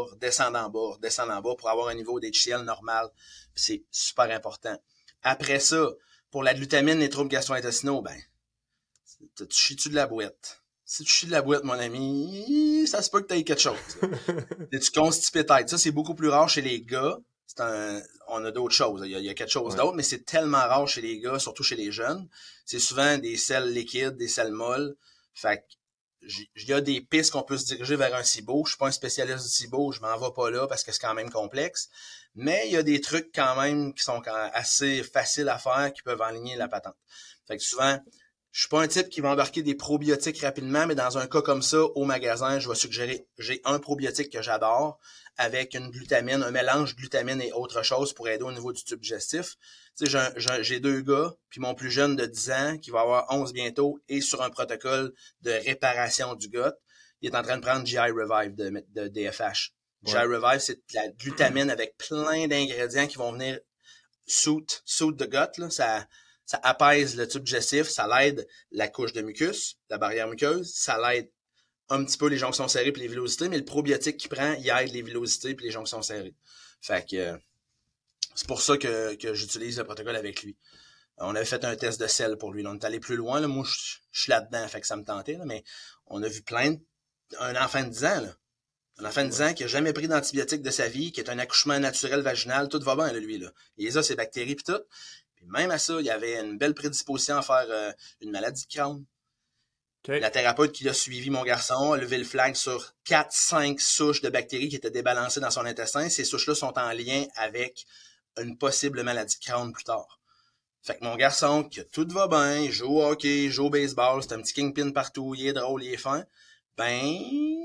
bas pour avoir un niveau d'HCL normal. Puis c'est super important. Après ça, pour la glutamine, les troubles gastro-intestinaux, ben, tu chies-tu de la boîte? Si tu chies de la boîte, mon ami, ça se peut que tu aies quelque chose. Es-tu constipé tête? Ça, c'est beaucoup plus rare chez les gars. On a d'autres choses. Il y a quelque chose d'autre, mais c'est tellement rare chez les gars, surtout chez les jeunes. C'est souvent des selles liquides, des selles molles. Fait que, il y a des pistes qu'on peut se diriger vers un SIBO. Je suis pas un spécialiste du SIBO, je m'en vais pas là parce que c'est quand même complexe. Mais il y a des trucs quand même qui sont assez faciles à faire qui peuvent aligner la patente. Fait que souvent, je suis pas un type qui va embarquer des probiotiques rapidement, mais dans un cas comme ça, au magasin, je vais suggérer, j'ai un probiotique que j'adore avec une glutamine, un mélange glutamine et autre chose pour aider au niveau du tube digestif. Tu sais, j'ai 2 gars, puis mon plus jeune de 10 ans, qui va avoir 11 bientôt, est sur un protocole de réparation du gut. Il est en train de prendre GI Revive de DFH. GI Revive, c'est de la glutamine avec plein d'ingrédients qui vont venir soothe the gut, là, ça apaise le tube digestif, ça l'aide la couche de mucus, la barrière muqueuse, ça l'aide un petit peu les jonctions serrées puis les villosités, mais le probiotique qu'il prend, il aide les villosités puis les jonctions serrées. Fait que c'est pour ça que j'utilise le protocole avec lui. On avait fait un test de sel pour lui. Là. On est allé plus loin. Là. Moi, je suis là-dedans, fait que ça me tentait. Là, mais on a vu un enfant de 10 ans, là. Un enfant de 10 ans qui a jamais pris d'antibiotiques de sa vie, qui est un accouchement naturel vaginal, tout va bien, là, lui. Là. Il a ses bactéries puis tout. Puis même à ça, il y avait une belle prédisposition à faire une maladie de Crohn. Okay. La thérapeute qui a suivi mon garçon a levé le flag sur 4-5 souches de bactéries qui étaient débalancées dans son intestin. Ces souches-là sont en lien avec une possible maladie de Crohn plus tard. Fait que mon garçon, que tout va bien, il joue au hockey, il joue au baseball, c'est un petit kingpin partout, il est drôle, il est fin, ben,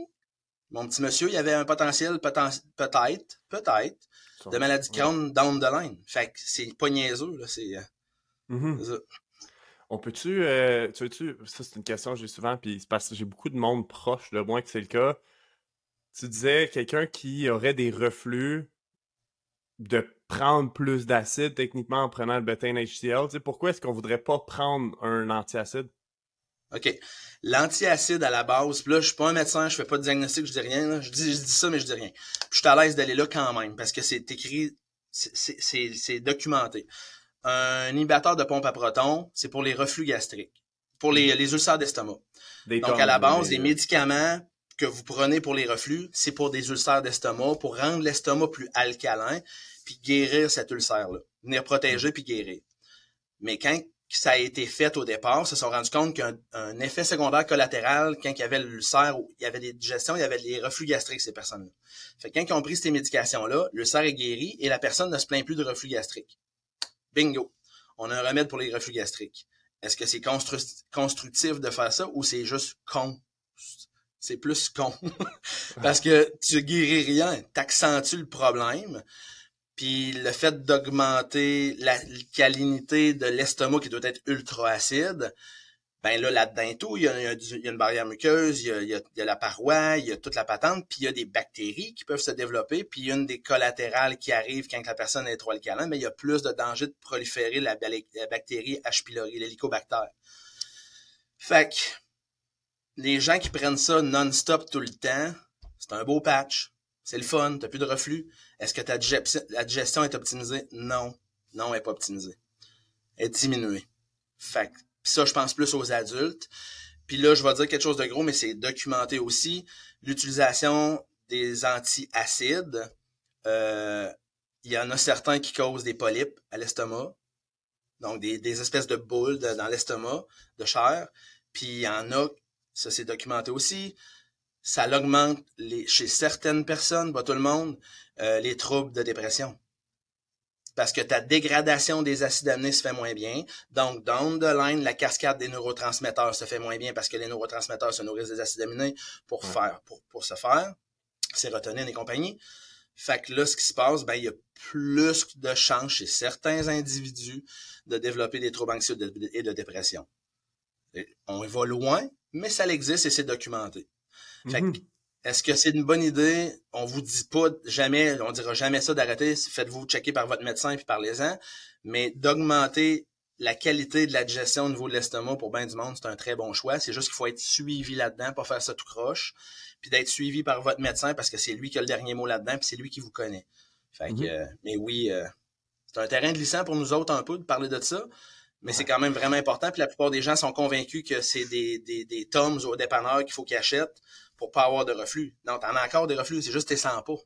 mon petit monsieur, il avait un potentiel, peut-être, de maladie de Crohn down the line. Fait que c'est pas niaiseux, là, c'est ça. On peut-tu, ça c'est une question que j'ai souvent, puis c'est parce que j'ai beaucoup de monde proche de moi que c'est le cas. Tu disais quelqu'un qui aurait des reflux de prendre plus d'acide techniquement en prenant le bêta-HCl. Tu sais, pourquoi est-ce qu'on voudrait pas prendre un antiacide? OK. L'antiacide à la base, puis là, je suis pas un médecin, je fais pas de diagnostic, je dis rien. Là. Je dis ça, mais je dis rien. Puis je suis à l'aise d'aller là quand même, parce que c'est écrit, c'est documenté. Un inhibiteur de pompe à protons, c'est pour les reflux gastriques, pour les ulcères d'estomac. Donc, à la base, les médicaments que vous prenez pour les reflux, c'est pour des ulcères d'estomac, pour rendre l'estomac plus alcalin, puis guérir cet ulcère-là. Venir protéger puis guérir. Mais quand ça a été fait au départ, ils se sont rendus compte qu'un effet secondaire collatéral, quand il y avait l'ulcère, il y avait des digestions, il y avait des reflux gastriques, ces personnes-là. Fait que quand ils ont pris ces médications-là, l'ulcère est guéri et la personne ne se plaint plus de reflux gastrique. Bingo! On a un remède pour les reflux gastriques. Est-ce que c'est constructif de faire ça ou c'est juste con? C'est plus con. Parce que tu guéris rien, t'accentues le problème. Puis le fait d'augmenter l'alcalinité de l'estomac qui doit être ultra acide, ben là-dedans tout, il y a une barrière muqueuse, il y a la paroi, il y a toute la patente, puis il y a des bactéries qui peuvent se développer, puis il y a une des collatérales qui arrive quand la personne est trop alcaline, mais il y a plus de danger de proliférer la bactérie H. pylori, l'hélicobactère. Fait que les gens qui prennent ça non-stop tout le temps, c'est un beau patch. C'est le fun, t'as plus de reflux. Est-ce que la digestion est optimisée? Non. Non, elle n'est pas optimisée. Elle est diminuée. Fait que, pis ça, je pense plus aux adultes. Puis là, je vais dire quelque chose de gros, mais c'est documenté aussi. L'utilisation des antiacides, il y en a certains qui causent des polypes à l'estomac. Donc, des espèces de boules dans l'estomac, de chair. Puis il y en a, ça c'est documenté aussi, ça augmente chez certaines personnes, pas tout le monde, les troubles de dépression. Parce que ta dégradation des acides aminés se fait moins bien. Donc, down the line, la cascade des neurotransmetteurs se fait moins bien parce que les neurotransmetteurs se nourrissent des acides aminés pour se faire, sérotonine et compagnie. Fait que là, ce qui se passe, ben, il y a plus de chances chez certains individus de développer des troubles anxieux et de dépression. On y va loin, mais ça existe et c'est documenté. Fait que, est-ce que c'est une bonne idée? On vous dit pas jamais, on dira jamais ça d'arrêter. Faites-vous checker par votre médecin puis parlez-en. Mais d'augmenter la qualité de la digestion au niveau de l'estomac pour bien du monde, c'est un très bon choix. C'est juste qu'il faut être suivi là-dedans, pas faire ça tout croche. Puis d'être suivi par votre médecin parce que c'est lui qui a le dernier mot là-dedans puis c'est lui qui vous connaît. Fait que, mais oui, c'est un terrain glissant pour nous autres un peu de parler de ça. Mais c'est quand même vraiment important. Puis la plupart des gens sont convaincus que c'est des Toms au dépanneur qu'il faut qu'ils achètent pour pas avoir de reflux. Non, t'en as encore des reflux, c'est juste tes sens pas.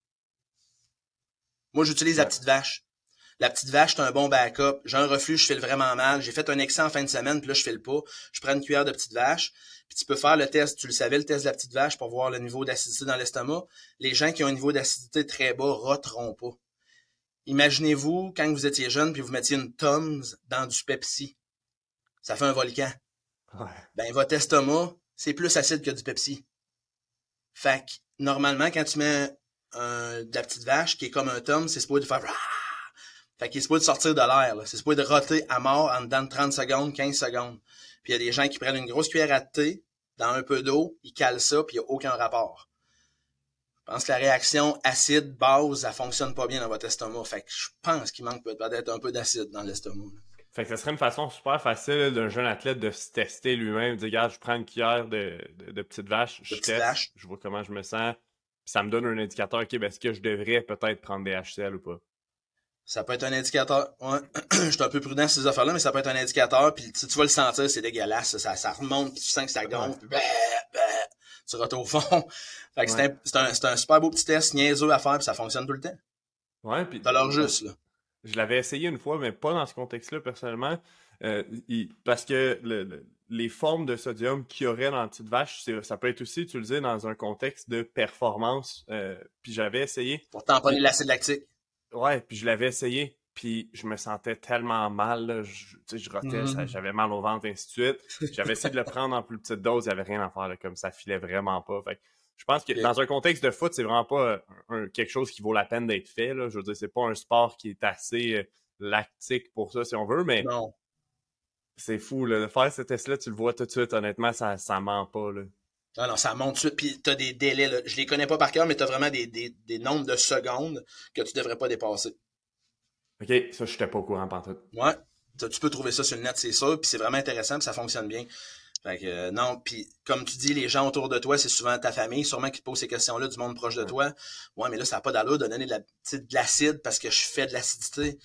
Moi, j'utilise la petite vache. La petite vache, c'est un bon backup. J'ai un reflux, je file vraiment mal. J'ai fait un excès en fin de semaine, puis là, je file pas. Je prends une cuillère de petite vache. Puis tu peux faire le test, tu le savais, le test de la petite vache pour voir le niveau d'acidité dans l'estomac. Les gens qui ont un niveau d'acidité très bas roteront pas. Imaginez-vous, quand vous étiez jeune, puis vous mettiez une Tums dans du Pepsi. Ça fait un volcan. Ouais. Ben, votre estomac, c'est plus acide que du Pepsi. Fait que, normalement, quand tu mets de la petite vache qui est comme un tome, c'est supposé de faire... Fait qu'il est supposé de sortir de l'air. C'est supposé de roter à mort en dedans de 30 secondes, 15 secondes. Puis il y a des gens qui prennent une grosse cuillère à thé dans un peu d'eau, ils calent ça, puis il n'y a aucun rapport. Je pense que la réaction acide-base, ça fonctionne pas bien dans votre estomac. Fait que je pense qu'il manque peut-être un peu d'acide dans l'estomac. Fait que ça serait une façon super facile d'un jeune athlète de se tester lui-même, de dire, regarde, je prends une cuillère de petite vache, je teste, je vois comment je me sens, puis ça me donne un indicateur, ok, ben est-ce que je devrais peut-être prendre des HCl ou pas? Ça peut être un indicateur. Ouais. Je suis un peu prudent sur ces affaires-là, mais ça peut être un indicateur. Puis tu vas le sentir, c'est dégueulasse. Ça remonte, puis tu sens que ça gonfle. Puis tu retournes au fond. Fait que c'est un super beau petit test niaiseux à faire, puis ça fonctionne tout le temps. Ouais, puis T'as l'heure juste, là. je l'avais essayé une fois, mais pas dans ce contexte-là personnellement. Parce que les formes de sodium qu'il y aurait dans la petite vache, ça peut être aussi utilisé dans un contexte de performance. Puis j'avais essayé. Pour tamponner Puis, l'acide lactique. ouais, puis je l'avais essayé. Puis je me sentais tellement mal, là, tu sais, je rotais, j'avais mal au ventre, ainsi de suite. J'avais essayé de le prendre en plus petite dose, il n'y avait rien à faire, là, comme ça filait vraiment pas. Fait que je pense que Ok. dans un contexte de foot, c'est vraiment pas quelque chose qui vaut la peine d'être fait. Là. Je veux dire, c'est pas un sport qui est assez lactique pour ça, si on veut, mais Non. c'est fou, là. De faire ce test-là, tu le vois tout de suite, honnêtement, ça ment pas, là. Non, non, ça monte tout de suite. Puis t'as des délais, là. Je les connais pas par cœur, mais t'as vraiment des nombres de secondes que tu devrais pas dépasser. OK, ça, je n'étais pas au courant pantoute. Ouais. Tu peux trouver ça sur le net, c'est sûr. Puis c'est vraiment intéressant, puis ça fonctionne bien. Fait que non, puis comme tu dis, les gens autour de toi, c'est souvent ta famille, sûrement qui te pose ces questions-là, du monde proche de Ouais. toi. Ouais, mais là, ça n'a pas d'allure de donner de l'acide parce que je fais de l'acidité.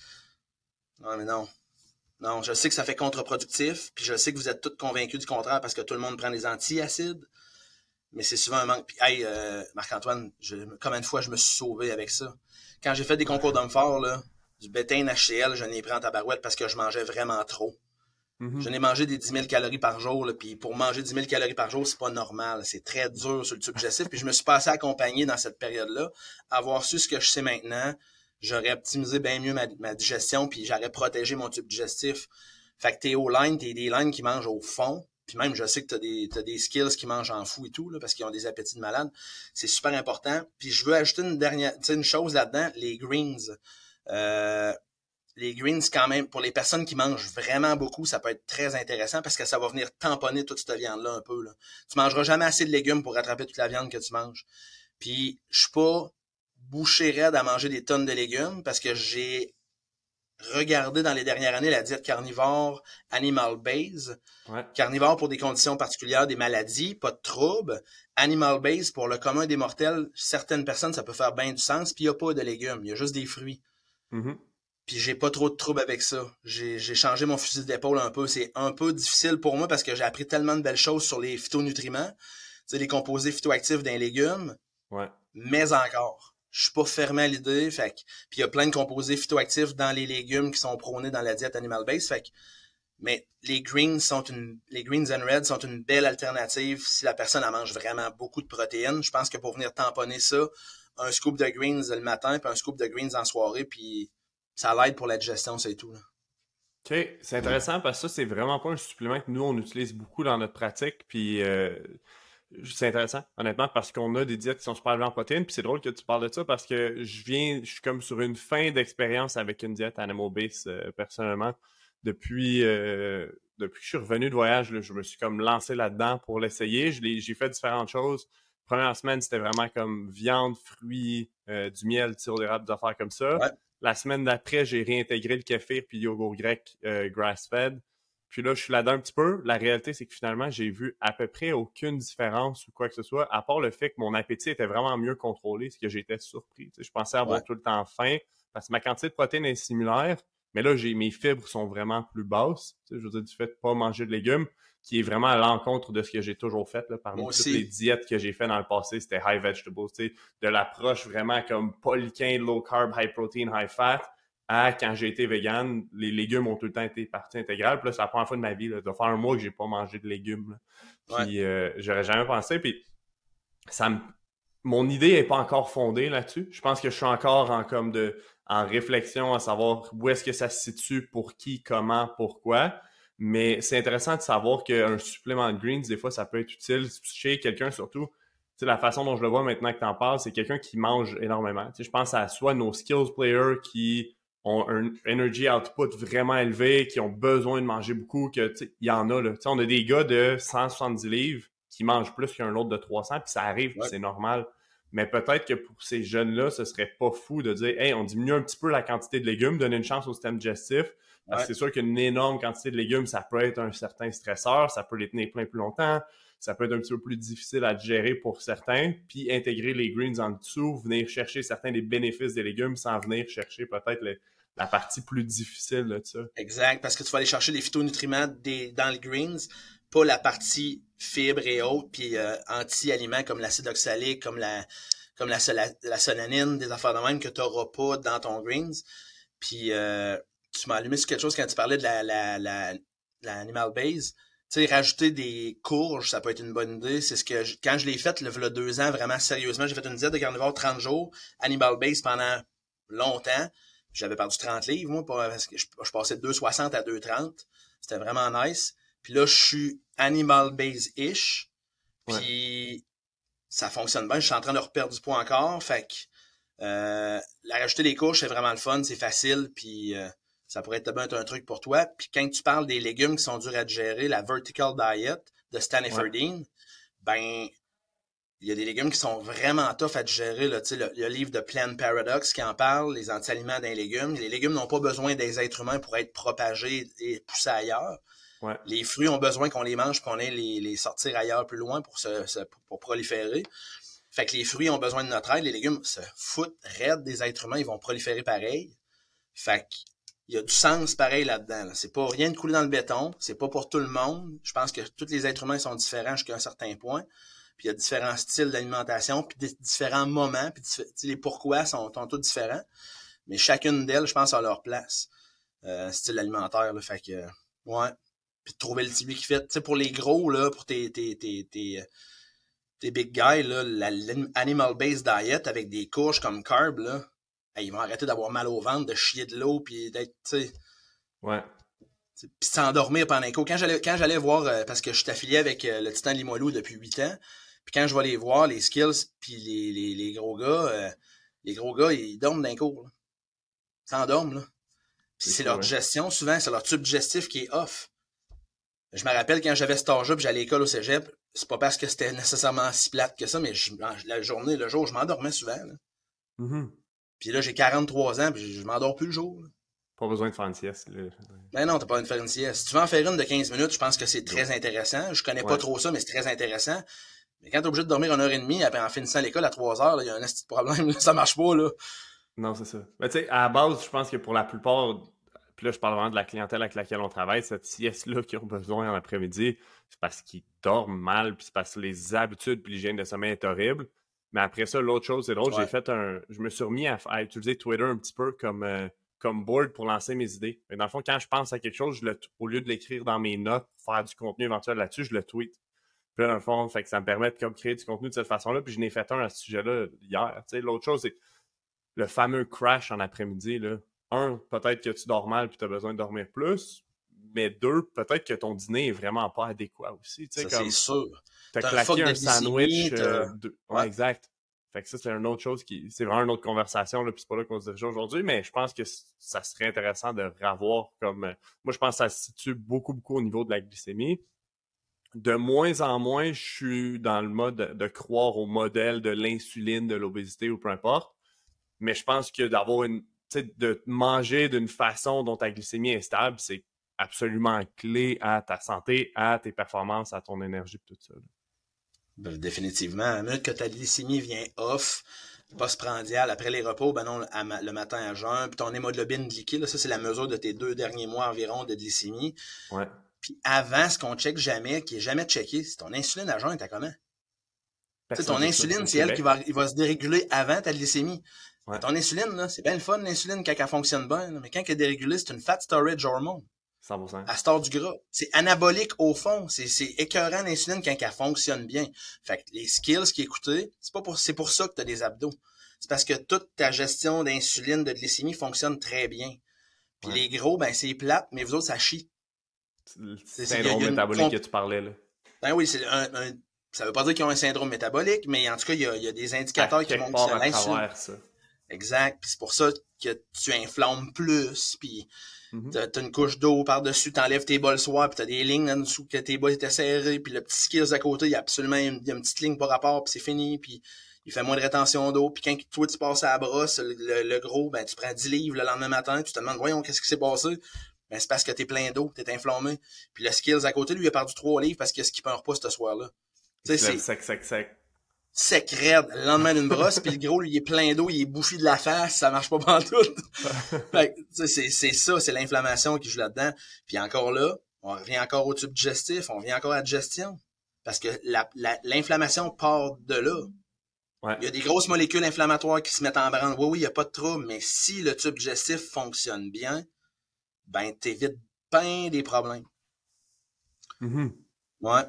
Non, mais non. Non, je sais que ça fait contre-productif, puis je sais que vous êtes tous convaincus du contraire parce que tout le monde prend des anti-acides, mais c'est souvent un manque. Puis, hey, Marc-Antoine, combien de fois je me suis sauvé avec ça? Quand j'ai fait des concours d'hommes forts, là, du bétain HCl, je n'ai pris en tabarouette parce que je mangeais vraiment trop. Je Mhm. n'ai mangé des 10 000 calories par jour, là, puis pour manger 10 000 calories par jour, c'est pas normal. C'est très dur sur le tube digestif. Puis je me suis passé accompagné dans cette période-là. Avoir su ce que je sais maintenant, j'aurais optimisé bien mieux ma digestion, puis j'aurais protégé mon tube digestif. Fait que t'es au line, t'es des lines qui mangent au fond. Puis même, je sais que t'as des skills qui mangent en fou et tout, là, parce qu'ils ont des appétits de malade. C'est super important. Puis je veux ajouter une chose là-dedans, les greens. Euh, les greens, quand même, pour les personnes qui mangent vraiment beaucoup, ça peut être très intéressant parce que ça va venir tamponner toute cette viande-là un peu. Là. Tu mangeras jamais assez de légumes pour rattraper toute la viande que tu manges. Puis, je suis pas bouché raide à manger des tonnes de légumes parce que j'ai regardé dans les dernières années la diète carnivore animal base. Ouais. Carnivore pour des conditions particulières, des maladies, pas de troubles. Animal base pour le commun des mortels, certaines personnes, ça peut faire bien du sens. Puis, il n'y a pas de légumes, il y a juste des fruits. Mhm. Puis j'ai pas trop de troubles avec ça. J'ai changé mon fusil d'épaule un peu. C'est un peu difficile pour moi parce que j'ai appris tellement de belles choses sur les phytonutriments, tu sais, les composés phytoactifs d'un légume, Ouais. mais encore. Je suis pas fermé à l'idée. Puis il y a plein de composés phytoactifs dans les légumes qui sont prônés dans la diète animal base. Mais les greens and reds sont une belle alternative si la personne en mange vraiment beaucoup de protéines. Je pense que pour venir tamponner ça, un scoop de greens le matin, puis un scoop de greens en soirée, puis ça l'aide pour la digestion, c'est tout. Là. OK, c'est intéressant parce que ça, c'est vraiment pas un supplément que nous, on utilise beaucoup dans notre pratique. Puis c'est intéressant, honnêtement, parce qu'on a des diètes qui sont super élevées en protéines. Puis c'est drôle que tu parles de ça parce que je suis comme sur une fin d'expérience avec une diète animal base personnellement. Depuis que je suis revenu de voyage, là, je me suis comme lancé là-dedans pour l'essayer. J'ai fait différentes choses. Première semaine, c'était vraiment comme viande, fruits, du miel, sirop d'érable, des affaires comme ça. Ouais. La semaine d'après, j'ai réintégré le kéfir puis le yogourt grec grass-fed. Puis là, je suis là-dedans un petit peu. La réalité, c'est que finalement, j'ai vu à peu près aucune différence ou quoi que ce soit, à part le fait que mon appétit était vraiment mieux contrôlé, ce que j'étais surpris. Tu sais, je pensais Ouais. avoir tout le temps faim parce que ma quantité de protéines est similaire, mais là, mes fibres sont vraiment plus basses. Tu sais, je veux dire, du fait de pas manger de légumes, qui est vraiment à l'encontre de ce que j'ai toujours fait. Là, Moi parmi toutes les aussi. diètes que j'ai fait dans le passé, c'était high vegetables. Tu sais, de l'approche vraiment comme polyquin, low carb, high protein, high fat, à quand j'ai été vegan, les légumes ont tout le temps été partie intégrale. Puis là, c'est la première fois de ma vie. Là, ça doit faire un mois que j'ai pas mangé de légumes. Là. Ouais. Puis j'aurais jamais pensé. Puis ça me... mon idée est pas encore fondée là-dessus. Je pense que je suis encore en réflexion à savoir où est-ce que ça se situe, pour qui, comment, pourquoi. Mais c'est intéressant de savoir qu'un supplément de greens, des fois, ça peut être utile chez quelqu'un surtout. Tu sais, la façon dont je le vois maintenant que tu en parles, c'est quelqu'un qui mange énormément. Tu sais, je pense à soit nos skills players qui ont un energy output vraiment élevé, qui ont besoin de manger beaucoup, que tu sais, il y en a là. Tu sais, on a des gars de 170 livres qui mangent plus qu'un autre de 300, puis ça arrive, puis Ouais. c'est normal. Mais peut-être que pour ces jeunes-là, ce serait pas fou de dire, hey, on diminue un petit peu la quantité de légumes, donner une chance au système digestif, parce Ouais. que c'est sûr qu'une énorme quantité de légumes, ça peut être un certain stresseur, ça peut les tenir plein plus longtemps, ça peut être un petit peu plus difficile à digérer pour certains, puis intégrer les greens en dessous, venir chercher certains des bénéfices des légumes sans venir chercher peut-être la partie plus difficile de ça. Exact, parce que tu vas aller chercher les phytonutriments dans les greens, pas la partie fibres et autres, puis anti-aliments comme l'acide oxalique, comme la solanine, des affaires de même que tu n'auras pas dans ton greens. Puis tu m'as allumé sur quelque chose quand tu parlais de la animal base. Tu sais, rajouter des courges, ça peut être une bonne idée. C'est ce que quand je l'ai fait, il y a 2 ans, vraiment sérieusement, j'ai fait une diète de carnivore 30 jours, animal base pendant longtemps. J'avais perdu 30 livres, moi, parce que je passais de 2,60 à 2,30. C'était vraiment nice. Puis là, je suis animal base-ish. Puis ça fonctionne bien. Je suis en train de reperdre du poids encore. Fait que rajouter des courges, c'est vraiment le fun, c'est facile. Puis ça pourrait être un truc pour toi. Puis quand tu parles des légumes qui sont durs à digérer, la Vertical Diet de Stan Efferdine, ben il y a des légumes qui sont vraiment tough à digérer. Là. Le livre de Plant Paradox qui en parle, les anti-aliments d'un légume. Les légumes n'ont pas besoin des êtres humains pour être propagés et poussés ailleurs. Ouais. Les fruits ont besoin qu'on les mange, qu'on ait les sortir ailleurs plus loin pour proliférer. Fait que les fruits ont besoin de notre aide. Les légumes se foutent raides des êtres humains. Ils vont proliférer pareil. Fait qu'il y a du sens pareil là-dedans. Là. C'est pas rien de couler dans le béton. C'est pas pour tout le monde. Je pense que tous les êtres humains sont différents jusqu'à un certain point. Puis il y a différents styles d'alimentation, puis différents moments, puis les pourquoi sont tous différents. Mais chacune d'elles, je pense, a leur place. Style alimentaire, là. Fait que, ouais. Puis de trouver celui qui fait, tu sais, pour les gros, là, pour tes big guys, là, l'animal-based diet avec des courges comme carb, là, ils vont arrêter d'avoir mal au ventre, de chier de l'eau, puis d'être, tu sais... Ouais. Puis s'endormir pendant un coup. Quand j'allais voir, parce que je suis affilié avec le Titan Limoilou depuis 8 ans, puis quand je vais les voir, les skills, puis les gros gars, ils dorment d'un cours. Ils s'endorment, là. Puis c'est leur digestion, souvent, c'est leur tube digestif qui est off. Je me rappelle quand j'avais cet âge-là, puis j'allais à l'école au cégep, c'est pas parce que c'était nécessairement si plate que ça, mais le jour, je m'endormais souvent. Là. Mm-hmm. Puis là, j'ai 43 ans, puis je m'endors plus le jour. Là. Pas besoin de faire une sieste. Là. Ben non, t'as pas besoin de faire une sieste. Si tu veux en faire une de 15 minutes, je pense que c'est très intéressant. Je connais pas trop ça, mais c'est très intéressant. Mais quand t'es obligé de dormir 1h30, après en finissant l'école à 3h, il y a un petit problème, là, ça marche pas, là. Non, c'est ça. Mais tu sais, à la base, je pense que pour la plupart, puis là, je parle vraiment de la clientèle avec laquelle on travaille, cette sieste-là qu'ils ont besoin en après-midi, c'est parce qu'ils dorment mal, puis c'est parce que les habitudes puis l'hygiène de sommeil est horrible. Mais après ça, l'autre chose, c'est drôle, je me suis remis à utiliser Twitter un petit peu comme board pour lancer mes idées. Mais dans le fond, quand je pense à quelque chose, au lieu de l'écrire dans mes notes, faire du contenu éventuel là-dessus, je le tweet. Puis là, dans le fond, fait que ça me permet de créer du contenu de cette façon-là. Puis je n'ai fait un à ce sujet-là hier. Tu sais, l'autre chose, c'est le fameux crash en après-midi. Là. 1, peut-être que tu dors mal puis tu as besoin de dormir plus. Mais 2, peut-être que ton dîner est vraiment pas adéquat aussi. Tu sais, ça, c'est sûr. T'as claqué un sandwich. Ouais, exact. Fait que ça, c'est une autre chose c'est vraiment une autre conversation, là, puis c'est pas là qu'on se dirige aujourd'hui, mais je pense que ça serait intéressant de revoir comme. Moi, je pense que ça se situe beaucoup, beaucoup au niveau de la glycémie. De moins en moins, je suis dans le mode de croire au modèle de l'insuline, de l'obésité ou peu importe. Mais je pense que de manger d'une façon dont ta glycémie est stable, c'est absolument clé à ta santé, à tes performances, à ton énergie et tout ça. Ben, définitivement. À la minute que ta glycémie vient off, postprandial, après les repos, ben non, le matin à jeun, puis ton hémoglobine glyquée, là, ça c'est la mesure de tes 2 derniers mois environ de glycémie. Ouais. Puis avant, ce qu'on check jamais, qui est jamais checké, c'est ton insuline à jeun, t'as comment? Tu sais, ton insuline, c'est elle qui va se déréguler avant ta glycémie. Ouais. Ton insuline, là, c'est bien le fun, l'insuline, quand elle fonctionne bien, là, mais quand elle est dérégulée, c'est une fat storage hormone. 100%. Elle store du gras. C'est anabolique au fond. C'est écœurant l'insuline quand elle fonctionne bien. Fait que les skills qui écoutaient, c'est pour ça que tu as des abdos. C'est parce que toute ta gestion d'insuline, de glycémie fonctionne très bien. Puis les gros, ben c'est plate, mais vous autres, ça chie. C'est syndrome métabolique que tu parlais, là. Ben oui, ça veut pas dire qu'ils ont un syndrome métabolique, mais en tout cas, il y a des indicateurs qui montrent que l'insuline. Exact. Puis c'est pour ça que tu inflammes plus, puis t'as une couche d'eau par-dessus, t'enlèves tes bas le soir, puis t'as des lignes en dessous que tes bas étaient serrés, puis le petit skills à côté, il y a une petite ligne par rapport, puis c'est fini, puis il fait moins de rétention d'eau, puis quand toi tu passes à la brosse, le gros, ben tu prends 10 livres le lendemain matin, tu te demandes, voyons, qu'est-ce qui s'est passé? Ben c'est parce que t'es plein d'eau, t'es inflammé. Puis le skills à côté, lui, il a perdu 3 livres parce qu'il a skippé un repas ce soir-là. Sec. sec raide, le lendemain d'une brosse, puis le gros, lui, il est plein d'eau, il est bouffi de la face, ça marche pas pantoute. Fait que, c'est ça, c'est l'inflammation qui joue là-dedans. Puis encore là, on revient encore au tube digestif, on revient encore à la digestion. Parce que l'inflammation part de là. Ouais. Il y a des grosses molécules inflammatoires qui se mettent en branle. Oui, il n'y a pas de trouble, mais si le tube digestif fonctionne bien, ben, t'évites bien des problèmes. Mm-hmm. Ouais.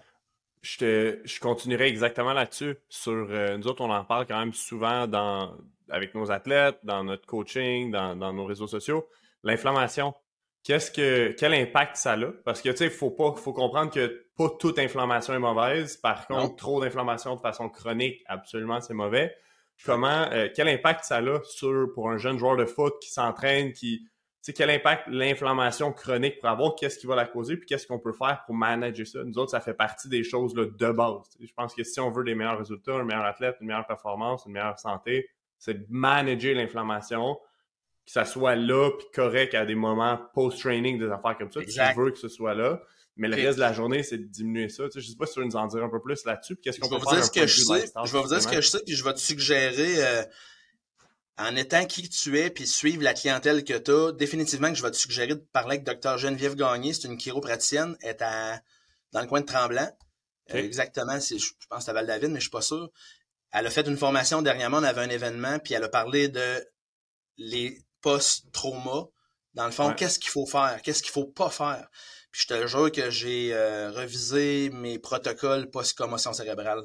Je continuerai exactement là-dessus. Nous autres, on en parle quand même souvent avec nos athlètes, dans notre coaching, dans nos réseaux sociaux. L'inflammation, quel impact ça a? Parce que, tu sais, faut comprendre que pas toute inflammation est mauvaise. Par contre, trop d'inflammation de façon chronique, absolument, c'est mauvais. Quel impact ça a pour un jeune joueur de foot qui s'entraîne, quel impact l'inflammation chronique pourrait avoir, qu'est-ce qui va la causer, puis qu'est-ce qu'on peut faire pour manager ça. Nous autres, ça fait partie des choses là, de base. Je pense que si on veut des meilleurs résultats, un meilleur athlète, une meilleure performance, une meilleure santé, c'est de manager l'inflammation, que ça soit là, puis correct à des moments post-training, des affaires comme ça. Exact. Tu veux que ce soit là, mais le reste de la journée, c'est de diminuer ça. Je sais pas si tu veux nous en dire un peu plus là-dessus, puis qu'est-ce qu'on peut faire. Je vais vous dire ce que je sais, puis je vais te suggérer... en étant qui tu es, puis suivre la clientèle que tu as, définitivement que je vais te suggérer de parler avec Dr Geneviève Gagné. C'est une chiropraticienne, elle est dans le coin de Tremblant. Okay. Exactement, je pense que c'est à Val-David, mais je suis pas sûr. Elle a fait une formation dernièrement, on avait un événement, puis elle a parlé de les post-traumas. Dans le fond, qu'est-ce qu'il faut faire, qu'est-ce qu'il faut pas faire. Puis je te jure que j'ai revisé mes protocoles post-commotion cérébrale.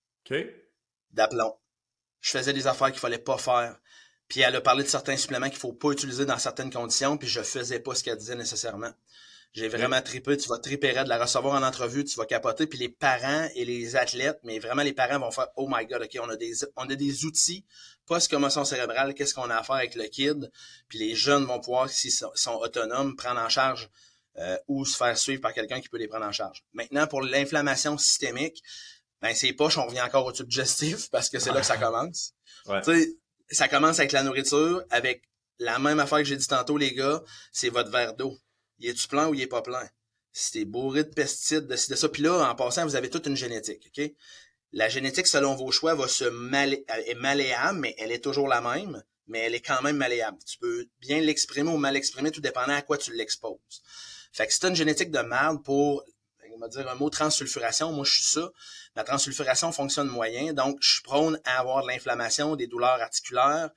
D'aplomb. Je faisais des affaires qu'il fallait pas faire. Puis elle a parlé de certains suppléments qu'il faut pas utiliser dans certaines conditions, puis je faisais pas ce qu'elle disait nécessairement. J'ai vraiment trippé, tu vas tripper de la recevoir en entrevue, tu vas capoter, puis les parents et les athlètes, mais vraiment les parents vont faire « Oh my God, OK, on a des outils, post-commotion cérébrale, qu'est-ce qu'on a à faire avec le kid? » Puis les jeunes vont pouvoir, s'ils sont autonomes, prendre en charge ou se faire suivre par quelqu'un qui peut les prendre en charge. Maintenant, pour l'inflammation systémique, ben c'est poche, on revient encore au tube digestif parce que c'est là que ça commence. Tu sais, ça commence avec la nourriture, avec la même affaire que j'ai dit tantôt, les gars, c'est votre verre d'eau. Il est-tu plein ou il est pas plein? Si t'es bourré de pesticides, de ça. Puis là, en passant, vous avez toute une génétique, OK? La génétique, selon vos choix, est malléable, mais elle est toujours la même, mais elle est quand même malléable. Tu peux bien l'exprimer ou mal l'exprimer, tout dépendant à quoi tu l'exposes. Fait que si t'as une génétique de merde pour, on va dire un mot, transsulfuration, moi je suis ça. La transsulfuration fonctionne moyen, donc je suis prône à avoir de l'inflammation, des douleurs articulaires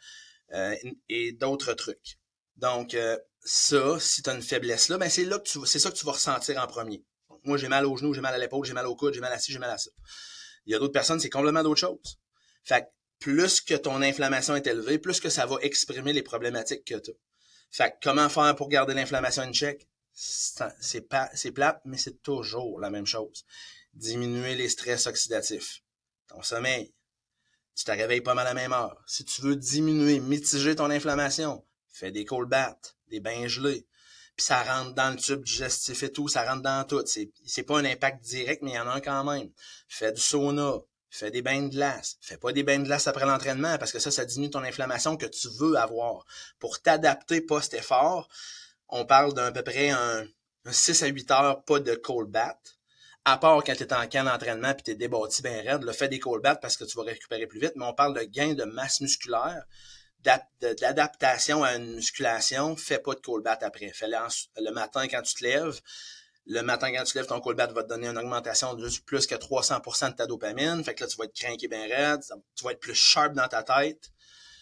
et d'autres trucs. Donc ça, si tu as une faiblesse là, ben c'est ça que tu vas ressentir en premier. Donc, moi j'ai mal aux genoux, j'ai mal à l'épaule, j'ai mal au coude, j'ai mal à ci, j'ai mal à ça. Il y a d'autres personnes, c'est complètement d'autres choses. Fait que plus que ton inflammation est élevée, plus que ça va exprimer les problématiques que tu as. Fait que comment faire pour garder l'inflammation in check? C'est plate, mais c'est toujours la même chose. Diminuer les stress oxydatifs. Ton sommeil. Tu te réveilles pas mal à la même heure. Si tu veux mitiger ton inflammation, fais des cold baths, des bains gelés. Puis ça rentre dans le tube digestif et tout, ça rentre dans tout. C'est pas un impact direct, mais il y en a un quand même. Fais du sauna, fais des bains de glace. Fais pas des bains de glace après l'entraînement parce que ça diminue ton inflammation que tu veux avoir. Pour t'adapter post-effort, on parle d'à peu près un 6 à 8 heures, pas de cold bath. À part quand tu es en camp d'entraînement et tu es débattu bien raide, fais des cold baths parce que tu vas récupérer plus vite, mais on parle de gain de masse musculaire, d'adaptation à une musculation, fais pas de cold bath après. Fais-le le matin quand tu te lèves. Le matin quand tu te lèves, ton cold bath va te donner une augmentation de plus que 300% de ta dopamine. Fait que là, tu vas être craqué bien raide, tu vas être plus sharp dans ta tête.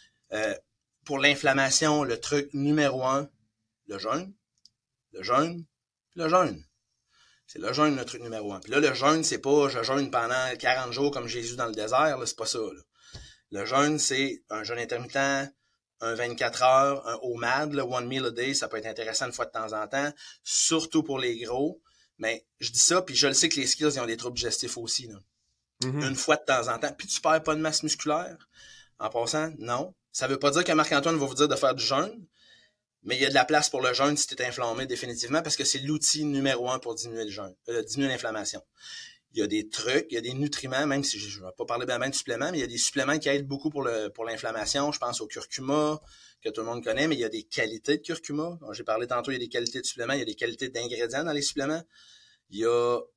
Pour l'inflammation, le truc numéro 1, le jeûne, le jeûne, puis le jeûne. C'est le jeûne, le truc numéro 1. Puis là, le jeûne, c'est pas je jeûne pendant 40 jours comme Jésus dans le désert, là, c'est pas ça. Là. Le jeûne, c'est un jeûne intermittent, un 24 heures, un OMAD, là, one meal a day, ça peut être intéressant une fois de temps en temps, surtout pour les gros. Mais je dis ça, puis je le sais que les skills, ils ont des troubles digestifs aussi. Là. Une fois de temps en temps. Puis tu perds pas de masse musculaire. En passant, non. Ça veut pas dire que Marc-Antoine va vous dire de faire du jeûne, mais il y a de la place pour le jeûne si tu es inflammé définitivement parce que c'est l'outil numéro 1 pour diminuer le jeûne, diminuer l'inflammation. Il y a des trucs, il y a des nutriments, même si je ne vais pas parler bien de suppléments, mais il y a des suppléments qui aident beaucoup pour l'inflammation. Je pense au curcuma, que tout le monde connaît, mais il y a des qualités de curcuma. J'ai parlé tantôt, il y a des qualités de suppléments, il y a des qualités d'ingrédients dans les suppléments. Il y a